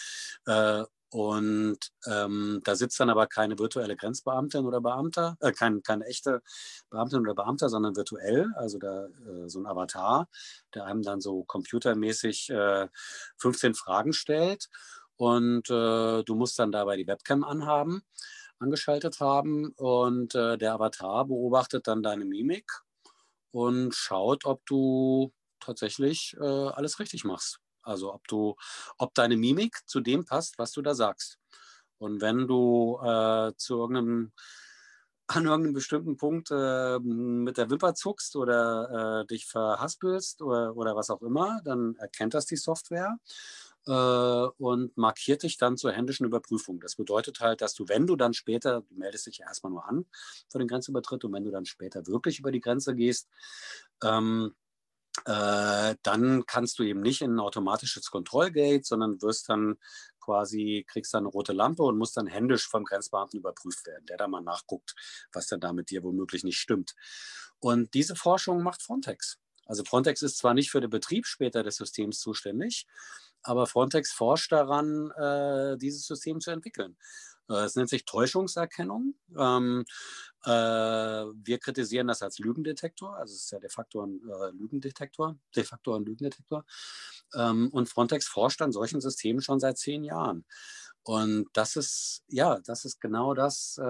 Da sitzt dann aber keine virtuelle Grenzbeamtin oder Beamter, keine echte Beamtin oder Beamter, sondern virtuell, also so ein Avatar, der einem dann so computermäßig 15 Fragen stellt und du musst dann dabei die Webcam angeschaltet haben und der Avatar beobachtet dann deine Mimik und schaut, ob du tatsächlich alles richtig machst. Also ob deine Mimik zu dem passt, was du da sagst. Und wenn du an irgendeinem bestimmten Punkt mit der Wimper zuckst oder dich verhaspelst oder was auch immer, dann erkennt das die Software und markiert dich dann zur händischen Überprüfung. Das bedeutet halt, dass du meldest dich ja erstmal nur an für den Grenzübertritt und wenn du dann später wirklich über die Grenze gehst, dann kannst du eben nicht in ein automatisches Kontrollgate, sondern kriegst dann eine rote Lampe und musst dann händisch vom Grenzbeamten überprüft werden, der da mal nachguckt, was denn da mit dir womöglich nicht stimmt. Und diese Forschung macht Frontex. Also Frontex ist zwar nicht für den Betrieb später des Systems zuständig, aber Frontex forscht daran, dieses System zu entwickeln. Es nennt sich Täuschungserkennung. Wir kritisieren das als Lügendetektor. Also es ist ja de facto ein Lügendetektor. Und Frontex forscht an solchen Systemen schon seit 10 Jahren. Und das ist genau das.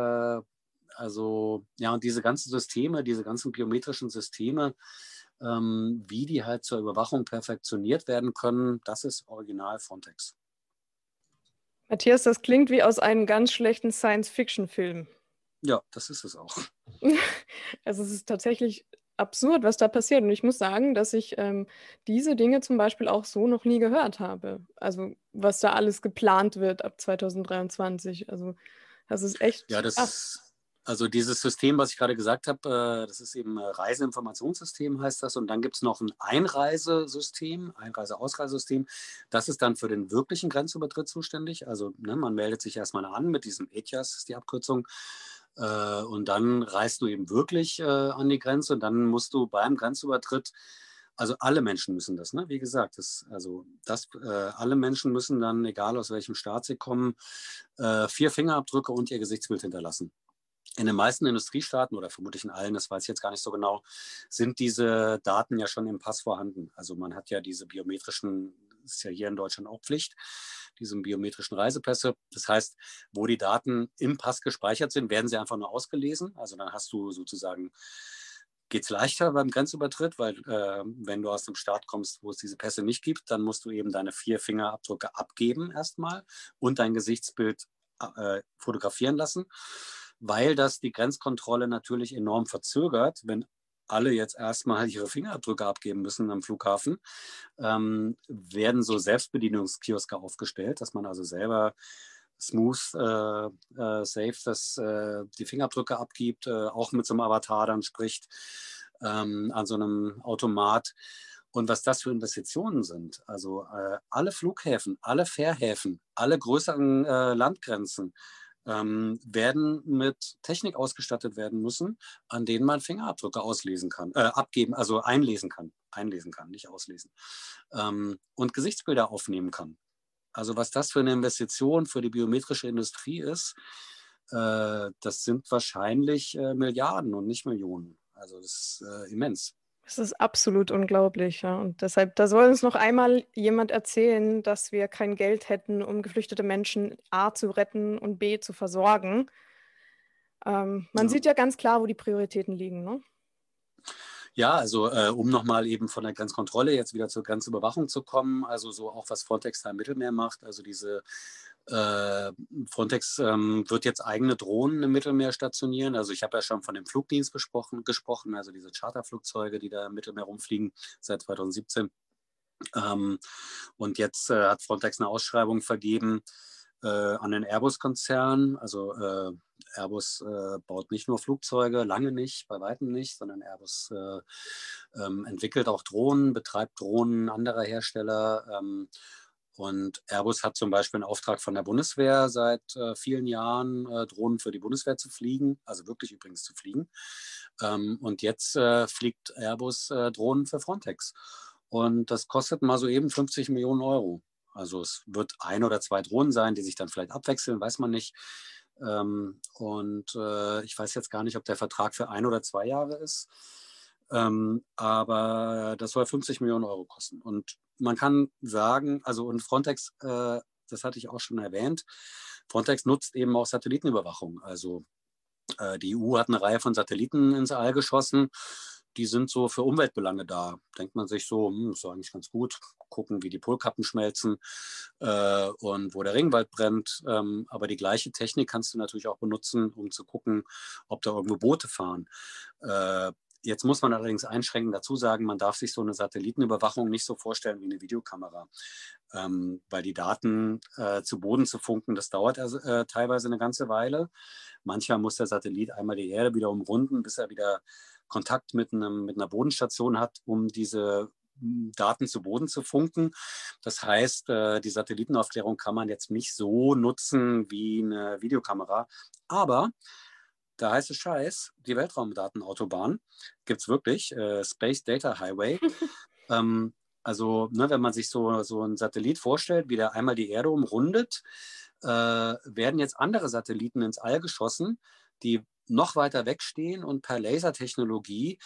Und diese ganzen Systeme, diese ganzen biometrischen Systeme, wie die halt zur Überwachung perfektioniert werden können, das ist original Frontex. Matthias, das klingt wie aus einem ganz schlechten Science-Fiction-Film. Ja, das ist es auch. Also es ist tatsächlich absurd, was da passiert. Und ich muss sagen, dass ich diese Dinge zum Beispiel auch so noch nie gehört habe. Also was da alles geplant wird ab 2023. Also das ist echt krass. Also dieses System, was ich gerade gesagt habe, das ist eben Reiseinformationssystem, heißt das. Und dann gibt es noch ein Einreise-Ausreisesystem. Das ist dann für den wirklichen Grenzübertritt zuständig. Also man meldet sich erstmal an mit diesem ETIAS, ist die Abkürzung. Und dann reist du eben wirklich an die Grenze. Und dann musst du beim Grenzübertritt, also alle Menschen müssen das, ne? Wie gesagt, alle Menschen müssen dann, egal aus welchem Staat sie kommen, 4 Fingerabdrücke und ihr Gesichtsbild hinterlassen. In den meisten Industriestaaten oder vermutlich in allen, das weiß ich jetzt gar nicht so genau, sind diese Daten ja schon im Pass vorhanden. Also man hat ja diese biometrischen, das ist ja hier in Deutschland auch Pflicht, diese biometrischen Reisepässe. Das heißt, wo die Daten im Pass gespeichert sind, werden sie einfach nur ausgelesen. Also dann hast du sozusagen, geht es leichter beim Grenzübertritt, weil wenn du aus einem Staat kommst, wo es diese Pässe nicht gibt, dann musst du eben deine 4 Fingerabdrücke abgeben erstmal und dein Gesichtsbild fotografieren lassen, weil das die Grenzkontrolle natürlich enorm verzögert, wenn alle jetzt erstmal ihre Fingerabdrücke abgeben müssen am Flughafen, werden so Selbstbedienungskioske aufgestellt, dass man also selber smooth, safe die Fingerabdrücke abgibt, auch mit so einem Avatar dann spricht an so einem Automat. Und was das für Investitionen sind, also alle Flughäfen, alle Fährhäfen, alle größeren Landgrenzen, werden mit Technik ausgestattet werden müssen, an denen man Fingerabdrücke einlesen kann, nicht auslesen, und Gesichtsbilder aufnehmen kann. Also was das für eine Investition für die biometrische Industrie ist, das sind wahrscheinlich Milliarden und nicht Millionen. Also das ist immens. Das ist absolut unglaublich, ja. Und deshalb, da soll uns noch einmal jemand erzählen, dass wir kein Geld hätten, um geflüchtete Menschen A zu retten und B zu versorgen. Man Ja. sieht ja ganz klar, wo die Prioritäten liegen, ne? Ja, also um nochmal eben von der Grenzkontrolle jetzt wieder zur Grenzüberwachung zu kommen, also so auch was Frontex da im Mittelmeer macht, also diese Frontex wird jetzt eigene Drohnen im Mittelmeer stationieren. Also ich habe ja schon von dem Flugdienst gesprochen, also diese Charterflugzeuge, die da im Mittelmeer rumfliegen seit 2017. Und jetzt hat Frontex eine Ausschreibung vergeben an den Airbus-Konzern. Also Airbus baut nicht nur Flugzeuge, lange nicht, bei weitem nicht, sondern Airbus entwickelt auch Drohnen, betreibt Drohnen anderer Hersteller. Und Airbus hat zum Beispiel einen Auftrag von der Bundeswehr seit vielen Jahren, Drohnen für die Bundeswehr zu fliegen, also wirklich übrigens zu fliegen. Und jetzt fliegt Airbus Drohnen für Frontex. Und das kostet mal so eben 50 Millionen Euro. Also es wird 1 oder 2 Drohnen sein, die sich dann vielleicht abwechseln, weiß man nicht. Und ich weiß jetzt gar nicht, ob der Vertrag für 1 oder 2 Jahre ist. Aber das soll 50 Millionen Euro kosten. Und man kann sagen, also und Frontex, das hatte ich auch schon erwähnt, Frontex nutzt eben auch Satellitenüberwachung. Also die EU hat eine Reihe von Satelliten ins All geschossen. Die sind so für Umweltbelange da. Denkt man sich so, ist doch eigentlich ganz gut. Gucken, wie die Polkappen schmelzen und wo der Regenwald brennt. Aber die gleiche Technik kannst du natürlich auch benutzen, um zu gucken, ob da irgendwo Boote fahren. Jetzt muss man allerdings einschränkend dazu sagen, man darf sich so eine Satellitenüberwachung nicht so vorstellen wie eine Videokamera. Weil die Daten zu Boden zu funken, das dauert teilweise eine ganze Weile. Manchmal muss der Satellit einmal die Erde wieder umrunden, bis er wieder Kontakt mit einer Bodenstation hat, um diese Daten zu Boden zu funken. Das heißt, die Satellitenaufklärung kann man jetzt nicht so nutzen wie eine Videokamera. Aber der heiße Scheiß, die Weltraumdatenautobahn, gibt es wirklich, Space Data Highway. Also, ne, wenn man sich so einen Satellit vorstellt, wie der einmal die Erde umrundet, werden jetzt andere Satelliten ins All geschossen, die noch weiter wegstehen und per Lasertechnologie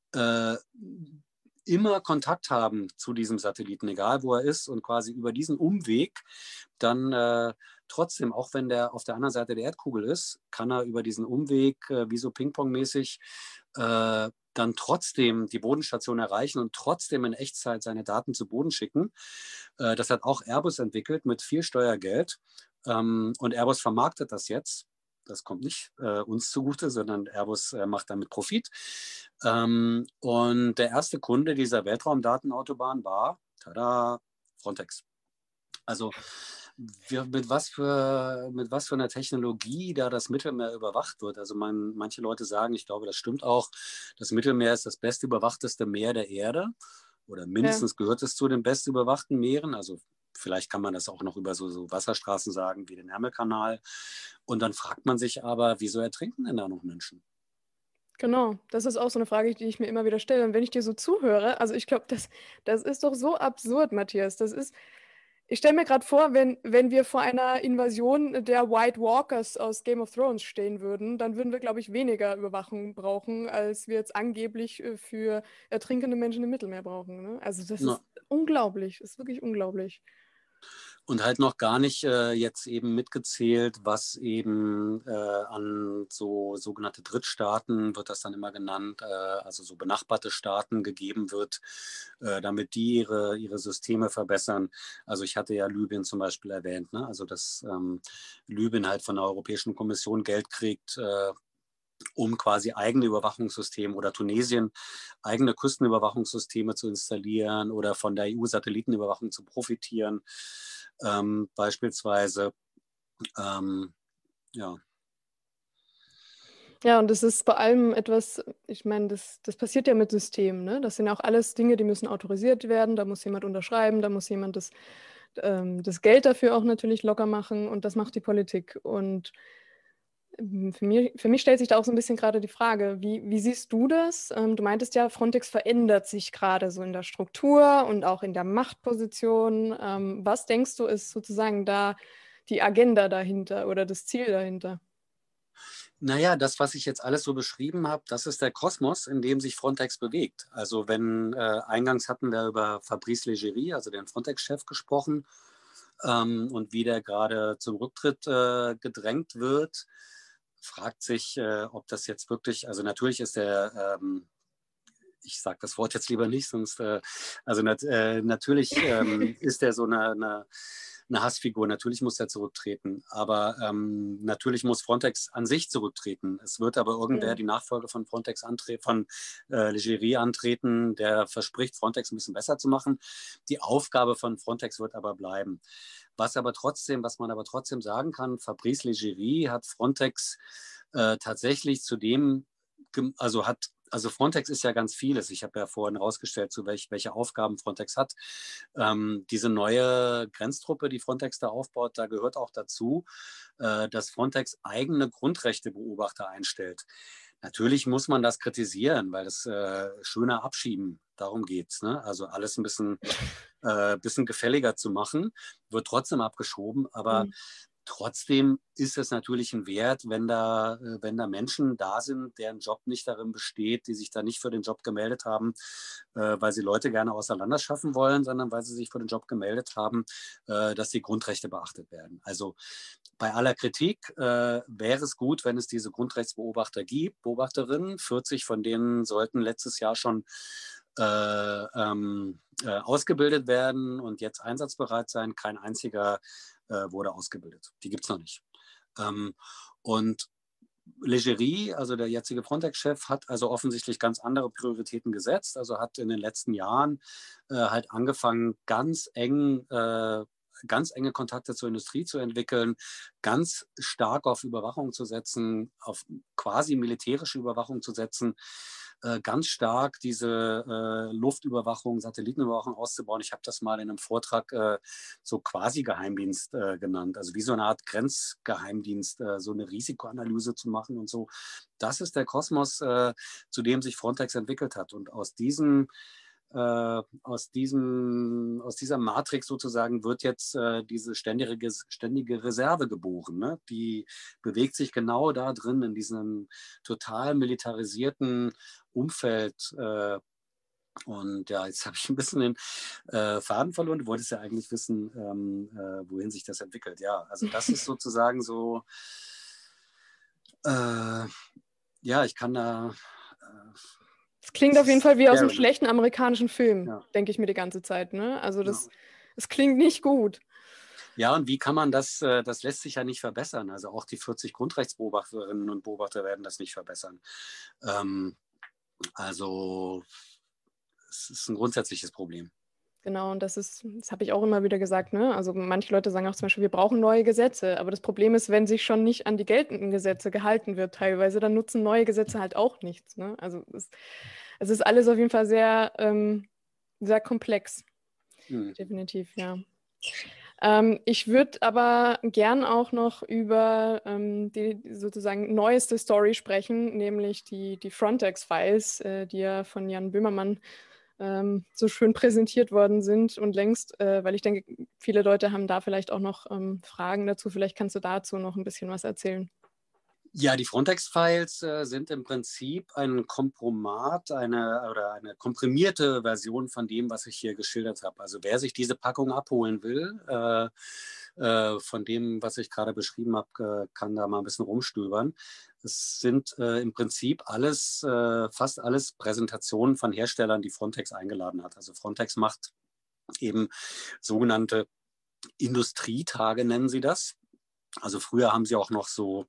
immer Kontakt haben zu diesem Satelliten, egal wo er ist, und quasi über diesen Umweg dann trotzdem, auch wenn der auf der anderen Seite der Erdkugel ist, kann er über diesen Umweg wie so Ping-Pong-mäßig dann trotzdem die Bodenstation erreichen und trotzdem in Echtzeit seine Daten zu Boden schicken. Das hat auch Airbus entwickelt mit viel Steuergeld. Und Airbus vermarktet das jetzt. Das kommt nicht uns zugute, sondern Airbus macht damit Profit. Und der erste Kunde dieser Weltraumdatenautobahn war, tada, Frontex. Also mit was für einer Technologie da das Mittelmeer überwacht wird. Also manche Leute sagen, ich glaube, das stimmt auch, das Mittelmeer ist das bestüberwachteste Meer der Erde oder mindestens gehört es zu den bestüberwachten Meeren. Also vielleicht kann man das auch noch über so Wasserstraßen sagen wie den Ärmelkanal. Und dann fragt man sich aber, wieso ertrinken denn da noch Menschen? Genau, das ist auch so eine Frage, die ich mir immer wieder stelle. Und wenn ich dir so zuhöre, also ich glaube, das ist doch so absurd, Matthias. Ich stelle mir gerade vor, wenn wir vor einer Invasion der White Walkers aus Game of Thrones stehen würden, dann würden wir, glaube ich, weniger Überwachung brauchen, als wir jetzt angeblich für ertrinkende Menschen im Mittelmeer brauchen. Ne? Also das Na, ist unglaublich, das ist wirklich unglaublich. und halt noch gar nicht jetzt eben mitgezählt, was eben an so sogenannte Drittstaaten, wird das dann immer genannt, also so benachbarte Staaten gegeben wird, damit die ihre Systeme verbessern. Also ich hatte ja Libyen zum Beispiel erwähnt, ne? Also dass Libyen halt von der Europäischen Kommission Geld kriegt, um quasi eigene Überwachungssysteme oder Tunesien eigene Küstenüberwachungssysteme zu installieren oder von der EU-Satellitenüberwachung zu profitieren, beispielsweise. Ja. Ja, und das ist vor allem etwas, ich meine, das passiert ja mit Systemen, ne? Das sind ja auch alles Dinge, die müssen autorisiert werden, da muss jemand unterschreiben, da muss jemand das Geld dafür auch natürlich locker machen und das macht die Politik. Und für mich stellt sich da auch so ein bisschen gerade die Frage, wie siehst du das? Du meintest ja, Frontex verändert sich gerade so in der Struktur und auch in der Machtposition. Was denkst du, ist sozusagen da die Agenda dahinter oder das Ziel dahinter? Naja, das, was ich jetzt alles so beschrieben habe, das ist der Kosmos, in dem sich Frontex bewegt. Also wenn eingangs hatten wir über Fabrice Leggeri, also den Frontex-Chef, gesprochen und wie der gerade zum Rücktritt gedrängt wird, fragt sich, ob das jetzt wirklich, also natürlich ist der ich sage das Wort jetzt lieber nicht, sonst, also natürlich ist er so eine Hassfigur, natürlich muss er zurücktreten, aber natürlich muss Frontex an sich zurücktreten. Es wird aber irgendwer die Nachfolge von Frontex von Leggeri antreten, der verspricht, Frontex ein bisschen besser zu machen. Die Aufgabe von Frontex wird aber bleiben. Was man aber trotzdem sagen kann, Fabrice Leggeri hat Frontex tatsächlich zu dem, also Frontex ist ja ganz vieles. Ich habe ja vorhin herausgestellt, welche Aufgaben Frontex hat. Diese neue Grenztruppe, die Frontex da aufbaut, da gehört auch dazu, dass Frontex eigene Grundrechtebeobachter einstellt. Natürlich muss man das kritisieren, weil das schöner abschieben, darum geht es. Ne? Also alles ein bisschen gefälliger zu machen, wird trotzdem abgeschoben, aber trotzdem ist es natürlich ein Wert, wenn da Menschen da sind, deren Job nicht darin besteht, die sich da nicht für den Job gemeldet haben, weil sie Leute gerne außer Landes schaffen wollen, sondern weil sie sich für den Job gemeldet haben, dass die Grundrechte beachtet werden. Also bei aller Kritik wäre es gut, wenn es diese Grundrechtsbeobachter gibt, Beobachterinnen. 40 von denen sollten letztes Jahr schon ausgebildet werden und jetzt einsatzbereit sein. Kein einziger wurde ausgebildet. Die gibt es noch nicht. Und Leggeri, also der jetzige Frontex-Chef, hat also offensichtlich ganz andere Prioritäten gesetzt. Also hat in den letzten Jahren halt angefangen, ganz enge Kontakte zur Industrie zu entwickeln, ganz stark auf Überwachung zu setzen, auf quasi militärische Überwachung zu setzen, ganz stark diese Luftüberwachung, Satellitenüberwachung auszubauen. Ich habe das mal in einem Vortrag so quasi Geheimdienst genannt, also wie so eine Art Grenzgeheimdienst, so eine Risikoanalyse zu machen und so. Das ist der Kosmos, zu dem sich Frontex entwickelt hat. Und aus dieser Matrix sozusagen wird jetzt diese ständige Reserve geboren. Ne? Die bewegt sich genau da drin, in diesem total militarisierten Umfeld. Und ja, jetzt habe ich ein bisschen den Faden verloren. Du wolltest ja eigentlich wissen, wohin sich das entwickelt. Ja, also das ist sozusagen so, ja, ich kann da... Es klingt auf jeden Fall wie aus einem schlechten amerikanischen Film, denke ich mir die ganze Zeit. Ne? Also das klingt nicht gut. Ja, und wie kann man das lässt sich ja nicht verbessern. Also auch die 40 Grundrechtsbeobachterinnen und Beobachter werden das nicht verbessern. Also es ist ein grundsätzliches Problem. Genau, und das habe ich auch immer wieder gesagt, ne? Also manche Leute sagen auch zum Beispiel, wir brauchen neue Gesetze. Aber das Problem ist, wenn sich schon nicht an die geltenden Gesetze gehalten wird teilweise, dann nutzen neue Gesetze halt auch nichts. Ne? Also es ist alles auf jeden Fall sehr, sehr komplex. Definitiv, ja. Ich würde aber gern auch noch über die sozusagen neueste Story sprechen, nämlich die Frontex-Files, die ja von Jan Böhmermann so schön präsentiert worden sind und längst, weil ich denke, viele Leute haben da vielleicht auch noch Fragen dazu. Vielleicht kannst du dazu noch ein bisschen was erzählen. Ja, die Frontex-Files sind im Prinzip ein Kompromat, eine komprimierte Version von dem, was ich hier geschildert habe. Also wer sich diese Packung abholen will, von dem, was ich gerade beschrieben habe, kann da mal ein bisschen rumstöbern. Es sind im Prinzip fast alles Präsentationen von Herstellern, die Frontex eingeladen hat. Also Frontex macht eben sogenannte Industrietage, nennen sie das. Also früher haben sie auch noch so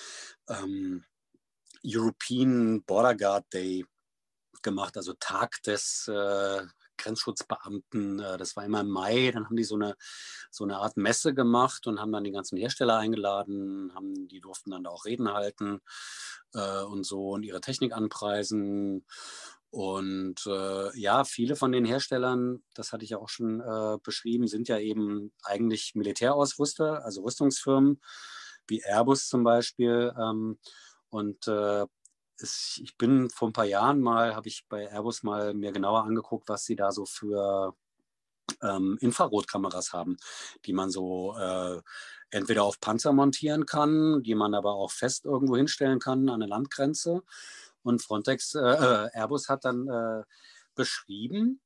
European Border Guard Day gemacht, also Tag des Grenzschutzbeamten. Das war immer im Mai. Dann haben die so eine Art Messe gemacht und haben dann die ganzen Hersteller eingeladen. Die durften dann da auch Reden halten und so und ihre Technik anpreisen. Und ja, viele von den Herstellern, das hatte ich ja auch schon beschrieben, sind ja eben eigentlich Militärausrüster, also Rüstungsfirmen, wie Airbus zum Beispiel. Und ich bin vor ein paar Jahren habe ich bei Airbus mal mir genauer angeguckt, was sie da so für Infrarotkameras haben, die man so entweder auf Panzer montieren kann, die man aber auch fest irgendwo hinstellen kann an der Landgrenze. Und Airbus hat dann beschrieben,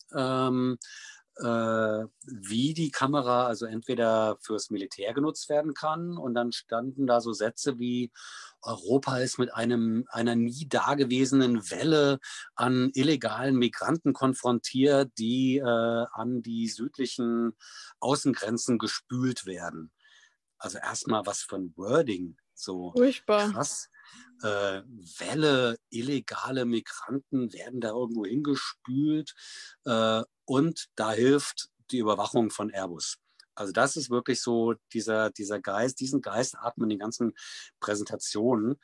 wie die Kamera also entweder fürs Militär genutzt werden kann, und dann standen da so Sätze wie: Europa ist mit einer nie dagewesenen Welle an illegalen Migranten konfrontiert, die an die südlichen Außengrenzen gespült werden. Also erstmal, was für ein Wording, so Furchtbar. krass. Welle, illegale Migranten werden da irgendwo hingespült, und da hilft die Überwachung von Airbus. Also das ist wirklich so dieser Geist, diesen Geist atmen die ganzen Präsentationen.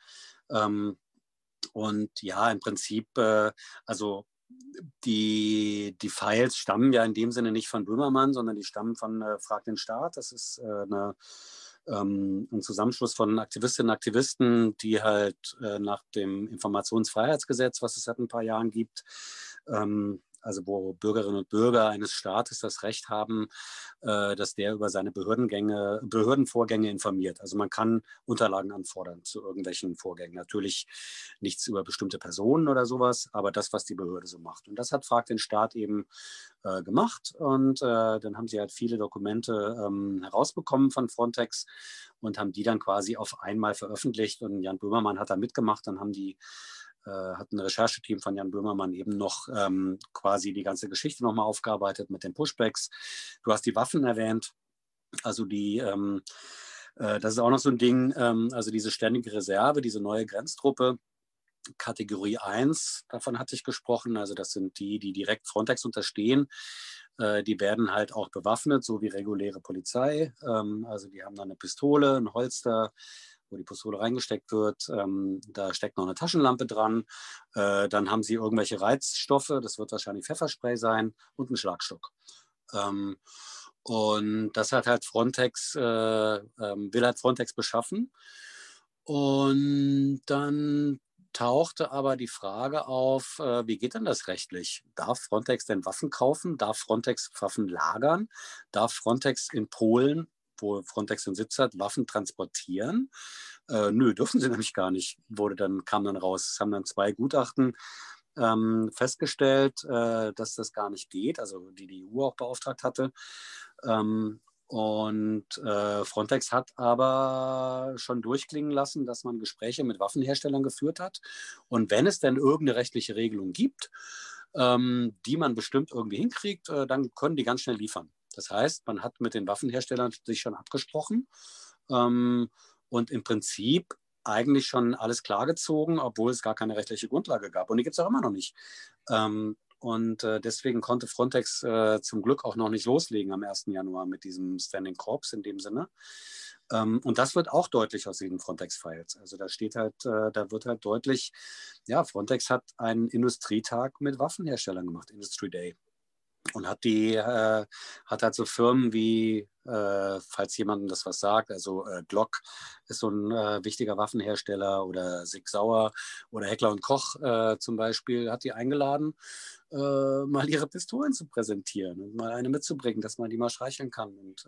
Und ja, im Prinzip, also die Files stammen ja in dem Sinne nicht von Böhmermann, sondern die stammen von Frag den Staat. Das ist ein Zusammenschluss von Aktivistinnen und Aktivisten, die halt nach dem Informationsfreiheitsgesetz, was es seit ein paar Jahren gibt, also wo Bürgerinnen und Bürger eines Staates das Recht haben, dass der über seine Behördenvorgänge informiert. Also man kann Unterlagen anfordern zu irgendwelchen Vorgängen. Natürlich nichts über bestimmte Personen oder sowas, aber das, was die Behörde so macht. Und das hat Frag den Staat eben gemacht. Und dann haben sie halt viele Dokumente herausbekommen von Frontex und haben die dann quasi auf einmal veröffentlicht. Und Jan Böhmermann hat da mitgemacht. Dann hat ein Rechercheteam von Jan Böhmermann eben noch quasi die ganze Geschichte nochmal aufgearbeitet mit den Pushbacks. Du hast die Waffen erwähnt. Also das ist auch noch so ein Ding, also diese ständige Reserve, diese neue Grenztruppe, Kategorie 1, davon hatte ich gesprochen. Also das sind die direkt Frontex unterstehen. Die werden halt auch bewaffnet, so wie reguläre Polizei. Also die haben dann eine Pistole, ein Holster, wo die Pistole reingesteckt wird. Da steckt noch eine Taschenlampe dran. Dann haben sie irgendwelche Reizstoffe, das wird wahrscheinlich Pfefferspray sein, und einen Schlagstock. Und das hat halt will halt Frontex beschaffen. Und dann tauchte aber die Frage auf, wie geht denn das rechtlich? Darf Frontex denn Waffen kaufen? Darf Frontex Waffen lagern? Darf Frontex in Polen, wo Frontex den Sitz hat, Waffen transportieren? Nö, dürfen sie nämlich gar nicht, kam dann raus. Es haben dann 2 Gutachten festgestellt, dass das gar nicht geht, also die EU auch beauftragt hatte. Und Frontex hat aber schon durchklingen lassen, dass man Gespräche mit Waffenherstellern geführt hat. Und wenn es denn irgendeine rechtliche Regelung gibt, die man bestimmt irgendwie hinkriegt, dann können die ganz schnell liefern. Das heißt, man hat mit den Waffenherstellern sich schon abgesprochen und im Prinzip eigentlich schon alles klargezogen, obwohl es gar keine rechtliche Grundlage gab. Und die gibt es auch immer noch nicht. Und deswegen konnte Frontex zum Glück auch noch nicht loslegen am 1. Januar mit diesem Standing Corps in dem Sinne. Und das wird auch deutlich aus diesen Frontex-Files. Also da wird halt deutlich, ja, Frontex hat einen Industrietag mit Waffenherstellern gemacht, Industry Day. Und hat halt so Firmen wie, falls jemandem das was sagt, also Glock ist so ein wichtiger Waffenhersteller, oder Sig Sauer oder Heckler und Koch zum Beispiel, hat die eingeladen, mal ihre Pistolen zu präsentieren und mal eine mitzubringen, dass man die mal streicheln kann. Und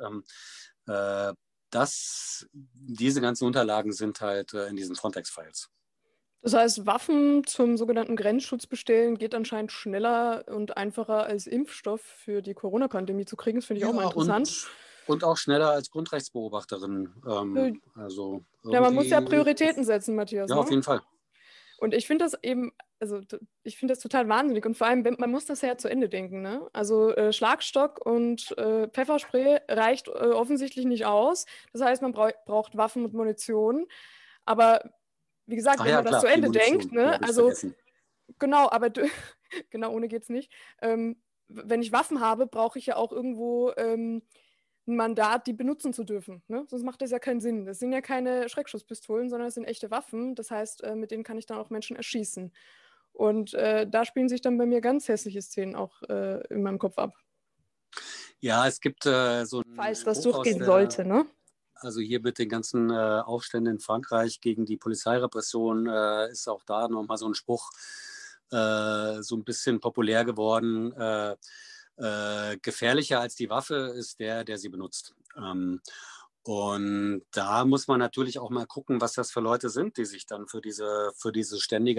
diese ganzen Unterlagen sind halt in diesen Frontex-Files. Das heißt, Waffen zum sogenannten Grenzschutz bestellen geht anscheinend schneller und einfacher als Impfstoff für die Corona-Pandemie zu kriegen. Das finde ich auch mal interessant. Und auch schneller als Grundrechtsbeobachterin. Also ja, man muss ja Prioritäten setzen, Matthias. Ja, ne? Auf jeden Fall. Und ich finde das eben, also ich finde das total wahnsinnig. Und vor allem, man muss das ja zu Ende denken. Ne? Also Schlagstock und Pfefferspray reicht offensichtlich nicht aus. Das heißt, man braucht Waffen und Munition. Aber wie gesagt, wenn man das zu Ende denkt, ne? Also genau, aber genau, ohne geht's nicht. Wenn ich Waffen habe, brauche ich ja auch irgendwo ein Mandat, die benutzen zu dürfen. Ne? Sonst macht das ja keinen Sinn. Das sind ja keine Schreckschusspistolen, sondern das sind echte Waffen. Das heißt, mit denen kann ich dann auch Menschen erschießen. Und da spielen sich dann bei mir ganz hässliche Szenen auch in meinem Kopf ab. Ja, es gibt so ein Falls das durchgehen sollte, ne? Also hier mit den ganzen Aufständen in Frankreich gegen die Polizeirepression ist auch da nochmal so ein Spruch so ein bisschen populär geworden. gefährlicher als die Waffe ist der sie benutzt. Und da muss man natürlich auch mal gucken, was das für Leute sind, die sich dann für diese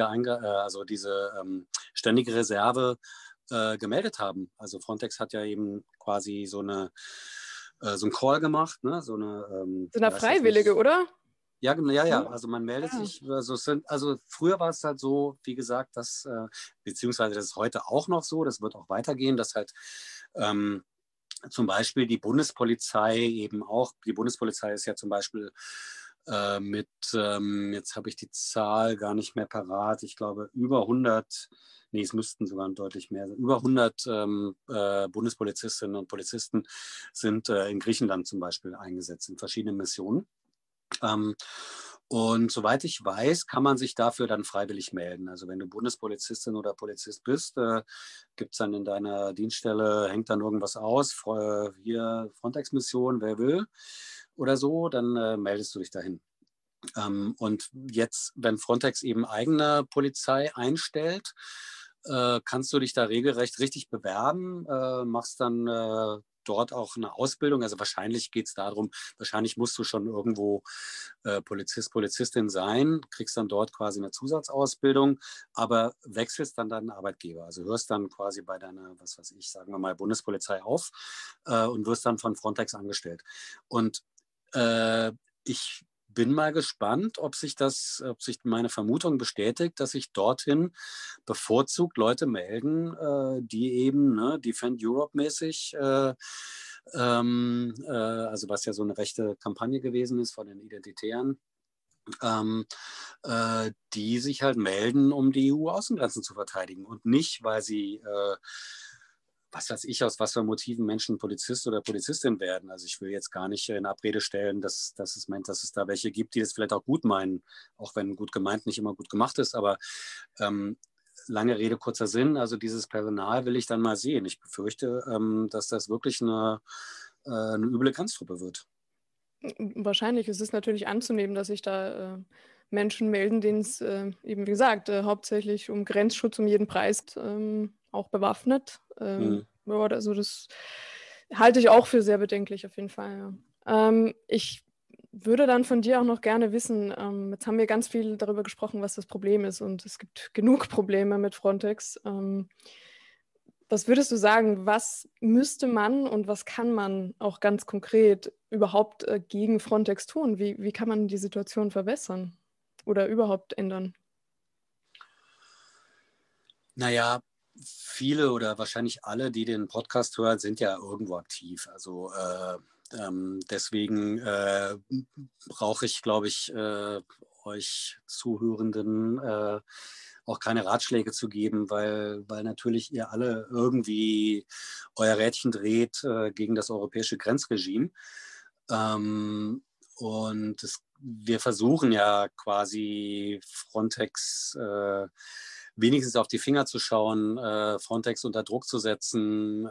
ständige Reserve gemeldet haben. Also Frontex hat ja eben quasi so einen Call gemacht, ne? Sind da Freiwillige, oder? Ja, also man meldet sich, also früher war es halt so, wie gesagt, beziehungsweise das ist heute auch noch so, das wird auch weitergehen, dass halt zum Beispiel die Bundespolizei die Bundespolizei ist ja zum Beispiel jetzt habe ich die Zahl gar nicht mehr parat, ich glaube über 100, es müssten sogar deutlich mehr sein, über 100 Bundespolizistinnen und Polizisten sind in Griechenland zum Beispiel eingesetzt in verschiedenen Missionen. Und soweit ich weiß, kann man sich dafür dann freiwillig melden. Also wenn du Bundespolizistin oder Polizist bist, gibt es dann in deiner Dienststelle, hängt dann irgendwas aus, hier Frontex-Mission, wer will oder so, dann meldest du dich dahin. Und jetzt, wenn Frontex eben eigene Polizei einstellt, kannst du dich da regelrecht richtig bewerben, machst dann dort auch eine Ausbildung. Also wahrscheinlich geht es darum, wahrscheinlich musst du schon irgendwo Polizist, Polizistin sein, kriegst dann dort quasi eine Zusatzausbildung, aber wechselst dann deinen Arbeitgeber. Also hörst dann quasi bei deiner, was weiß ich, sagen wir mal Bundespolizei auf und wirst dann von Frontex angestellt. Und ich bin mal gespannt, ob sich meine Vermutung bestätigt, dass sich dorthin bevorzugt Leute melden, die eben Defend Europe-mäßig, also was ja so eine rechte Kampagne gewesen ist von den Identitären, die sich halt melden, um die EU-Außengrenzen zu verteidigen und nicht, weil sie was weiß ich, aus was für Motiven Menschen Polizist oder Polizistin werden. Also ich will jetzt gar nicht in Abrede stellen, dass es da welche gibt, die das vielleicht auch gut meinen, auch wenn gut gemeint nicht immer gut gemacht ist. Aber lange Rede, kurzer Sinn, also dieses Personal will ich dann mal sehen. Ich befürchte, dass das wirklich eine üble Grenztruppe wird. Wahrscheinlich. Es ist natürlich anzunehmen, dass sich da Menschen melden, denen es eben, wie gesagt, hauptsächlich um Grenzschutz um jeden Preis, auch bewaffnet. Ja, also das halte ich auch für sehr bedenklich auf jeden Fall. Ja. Ich würde dann von dir auch noch gerne wissen, jetzt haben wir ganz viel darüber gesprochen, was das Problem ist und es gibt genug Probleme mit Frontex. Was würdest du sagen, was müsste man und was kann man auch ganz konkret überhaupt gegen Frontex tun? Wie kann man die Situation verbessern oder überhaupt ändern? Naja, viele oder wahrscheinlich alle, die den Podcast hören, sind ja irgendwo aktiv. Also deswegen brauche ich, glaube ich, euch Zuhörenden auch keine Ratschläge zu geben, weil natürlich ihr alle irgendwie euer Rädchen dreht gegen das europäische Grenzregime. Und wir versuchen ja quasi Frontex wenigstens auf die Finger zu schauen, Frontex unter Druck zu setzen.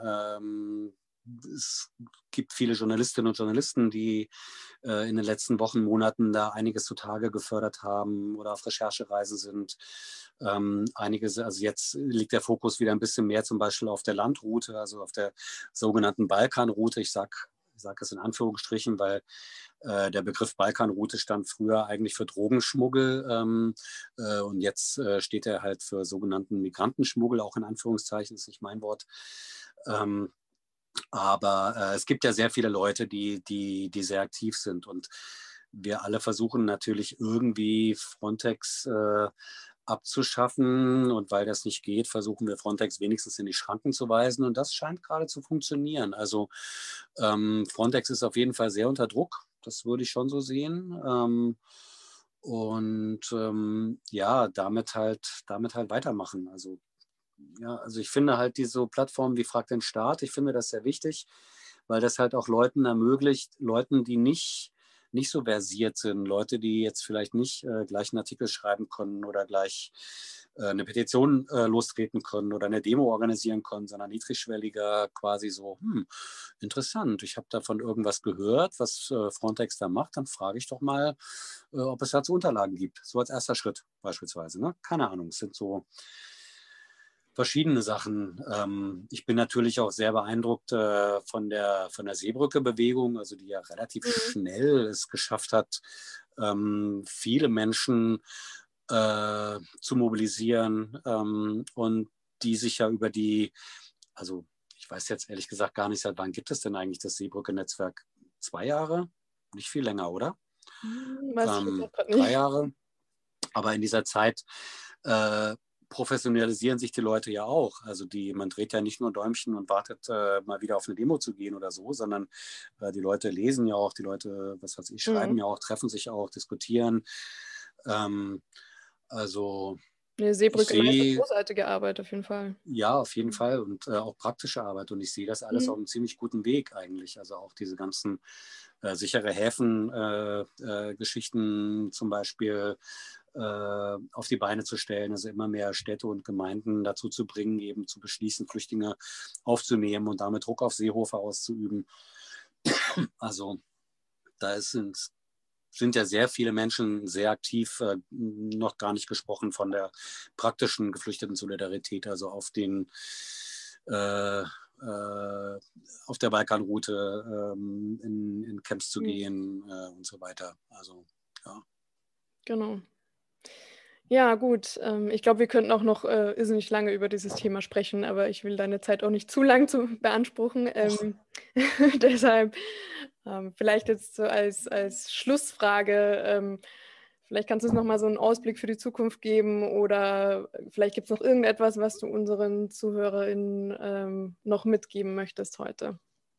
Es gibt viele Journalistinnen und Journalisten, die in den letzten Wochen, Monaten da einiges zutage gefördert haben oder auf Recherchereisen sind. Also jetzt liegt der Fokus wieder ein bisschen mehr zum Beispiel auf der Landroute, also auf der sogenannten Balkanroute. Ich sage es in Anführungsstrichen, weil der Begriff Balkanroute stand früher eigentlich für Drogenschmuggel und jetzt steht er halt für sogenannten Migrantenschmuggel, auch in Anführungszeichen, ist nicht mein Wort. Aber es gibt ja sehr viele Leute, die sehr aktiv sind und wir alle versuchen natürlich irgendwie Frontex abzuschaffen und weil das nicht geht, versuchen wir Frontex wenigstens in die Schranken zu weisen und das scheint gerade zu funktionieren. Also Frontex ist auf jeden Fall sehr unter Druck, das würde ich schon so sehen ja, damit halt weitermachen. Also ich finde halt diese Plattformen wie Frag den Staat, ich finde das sehr wichtig, weil das halt auch Leuten ermöglicht, Leuten, die nicht so versiert sind, Leute, die jetzt vielleicht nicht gleich einen Artikel schreiben können oder gleich eine Petition lostreten können oder eine Demo organisieren können, sondern niedrigschwelliger quasi so, interessant, ich habe davon irgendwas gehört, was Frontex da macht, dann frage ich doch mal, ob es dazu Unterlagen gibt. So als erster Schritt beispielsweise. Ne? Keine Ahnung, es sind so Verschiedene Sachen. Ich bin natürlich auch sehr beeindruckt von der Seebrücke-Bewegung, also die ja relativ schnell es geschafft hat, viele Menschen zu mobilisieren und die sich ja also ich weiß jetzt ehrlich gesagt gar nicht, seit wann gibt es denn eigentlich das Seebrücke-Netzwerk? 2 Jahre? Nicht viel länger, oder? Weiß ich jetzt gerade 3 nicht. Jahre. Aber in dieser Zeit professionalisieren sich die Leute ja auch. Also man dreht ja nicht nur Däumchen und wartet mal wieder auf eine Demo zu gehen oder so, sondern die Leute lesen ja auch, die Leute, was weiß ich, schreiben ja auch, treffen sich auch, diskutieren. Also Nee, ich Seebrücke leistet sehe, großartige Arbeit auf jeden Fall. ja, auf jeden Fall und auch praktische Arbeit und ich sehe das alles auf einem ziemlich guten Weg eigentlich. Also auch diese ganzen sichere Häfen-Geschichten zum Beispiel auf die Beine zu stellen, also immer mehr Städte und Gemeinden dazu zu bringen, eben zu beschließen, Flüchtlinge aufzunehmen und damit Druck auf Seehofer auszuüben. Also da sind ja sehr viele Menschen sehr aktiv, noch gar nicht gesprochen von der praktischen Geflüchteten-Solidarität, also auf der Balkanroute in Camps zu gehen und so weiter. Also ja. Genau. Ja, gut. Ich glaube, wir könnten auch noch irrsinnig lange über dieses Thema sprechen, aber ich will deine Zeit auch nicht zu lang beanspruchen. Deshalb vielleicht jetzt so als Schlussfrage, vielleicht kannst du uns noch mal so einen Ausblick für die Zukunft geben oder vielleicht gibt es noch irgendetwas, was du unseren ZuhörerInnen noch mitgeben möchtest heute.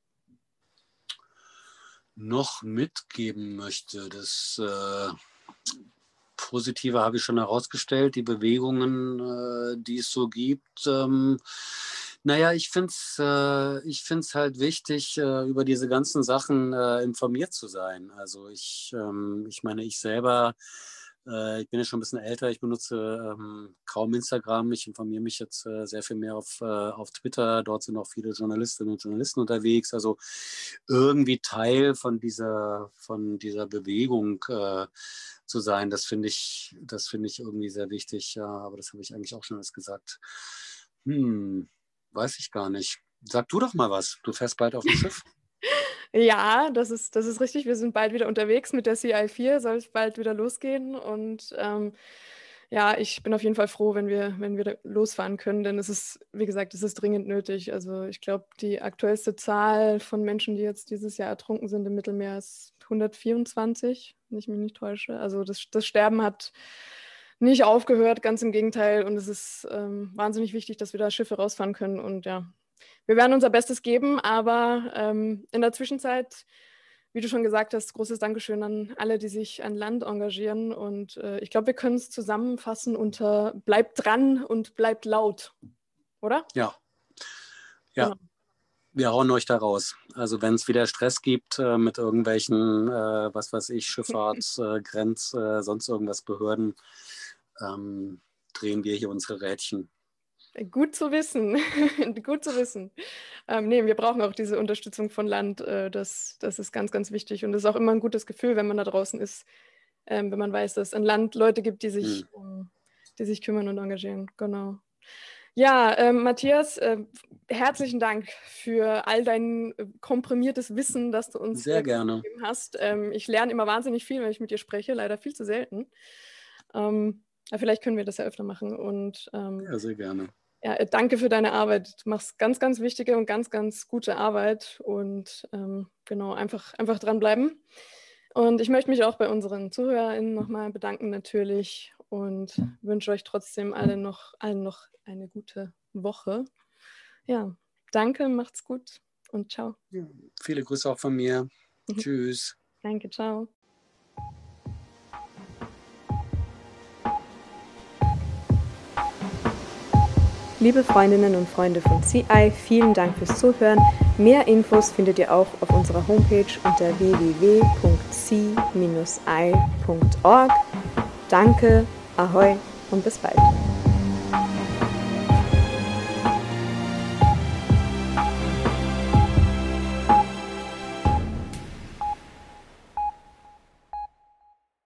Noch mitgeben möchte, das Positive habe ich schon herausgestellt, die Bewegungen, die es so gibt. Naja, ich finde es halt wichtig, über diese ganzen Sachen informiert zu sein. Also ich meine, ich selber, ich bin ja schon ein bisschen älter, ich benutze kaum Instagram. Ich informiere mich jetzt sehr viel mehr auf Twitter. Dort sind auch viele Journalistinnen und Journalisten unterwegs. Also irgendwie Teil von dieser Bewegung zu sein, das finde ich irgendwie sehr wichtig. Ja, aber das habe ich eigentlich auch schon alles gesagt. Weiß ich gar nicht. Sag du doch mal was. Du fährst bald auf dem Schiff. Ja, das ist richtig. Wir sind bald wieder unterwegs mit der CI4, soll es bald wieder losgehen. Und ja, ich bin auf jeden Fall froh, wenn wir losfahren können, denn es ist, wie gesagt, es ist dringend nötig. Also ich glaube, die aktuellste Zahl von Menschen, die jetzt dieses Jahr ertrunken sind im Mittelmeer, ist 124, wenn ich mich nicht täusche. Also das Sterben hat nicht aufgehört, ganz im Gegenteil. Und es ist wahnsinnig wichtig, dass wir da Schiffe rausfahren können. Und ja, wir werden unser Bestes geben, aber in der Zwischenzeit, wie du schon gesagt hast, großes Dankeschön an alle, die sich an Land engagieren. Und ich glaube, wir können es zusammenfassen unter bleibt dran und bleibt laut, oder? Ja. Genau. Wir hauen euch da raus. Also wenn es wieder Stress gibt mit irgendwelchen, was weiß ich, Schifffahrt, sonst irgendwas Behörden, drehen wir hier unsere Rädchen. Gut zu wissen. Gut zu wissen. Nee, wir brauchen auch diese Unterstützung von Land. Das ist ganz, ganz wichtig. Und es ist auch immer ein gutes Gefühl, wenn man da draußen ist, wenn man weiß, dass es an Land Leute gibt, die sich kümmern und engagieren. Genau. Ja, Matthias, herzlichen Dank für all dein komprimiertes Wissen, das du uns sehr gerne gegeben hast. Ich lerne immer wahnsinnig viel, wenn ich mit dir spreche, leider viel zu selten. Aber vielleicht können wir das ja öfter machen. Und, ja, sehr gerne. Ja, danke für deine Arbeit. Du machst ganz, ganz wichtige und ganz, ganz gute Arbeit. Und genau, einfach dranbleiben. Und ich möchte mich auch bei unseren ZuhörerInnen nochmal bedanken natürlich und wünsche euch trotzdem allen noch eine gute Woche. Ja, danke, macht's gut und ciao. Ja, viele Grüße auch von mir. Tschüss. Danke, ciao. Liebe Freundinnen und Freunde von CI, vielen Dank fürs Zuhören. Mehr Infos findet ihr auch auf unserer Homepage unter www.ci-i.org. Danke, ahoi und bis bald.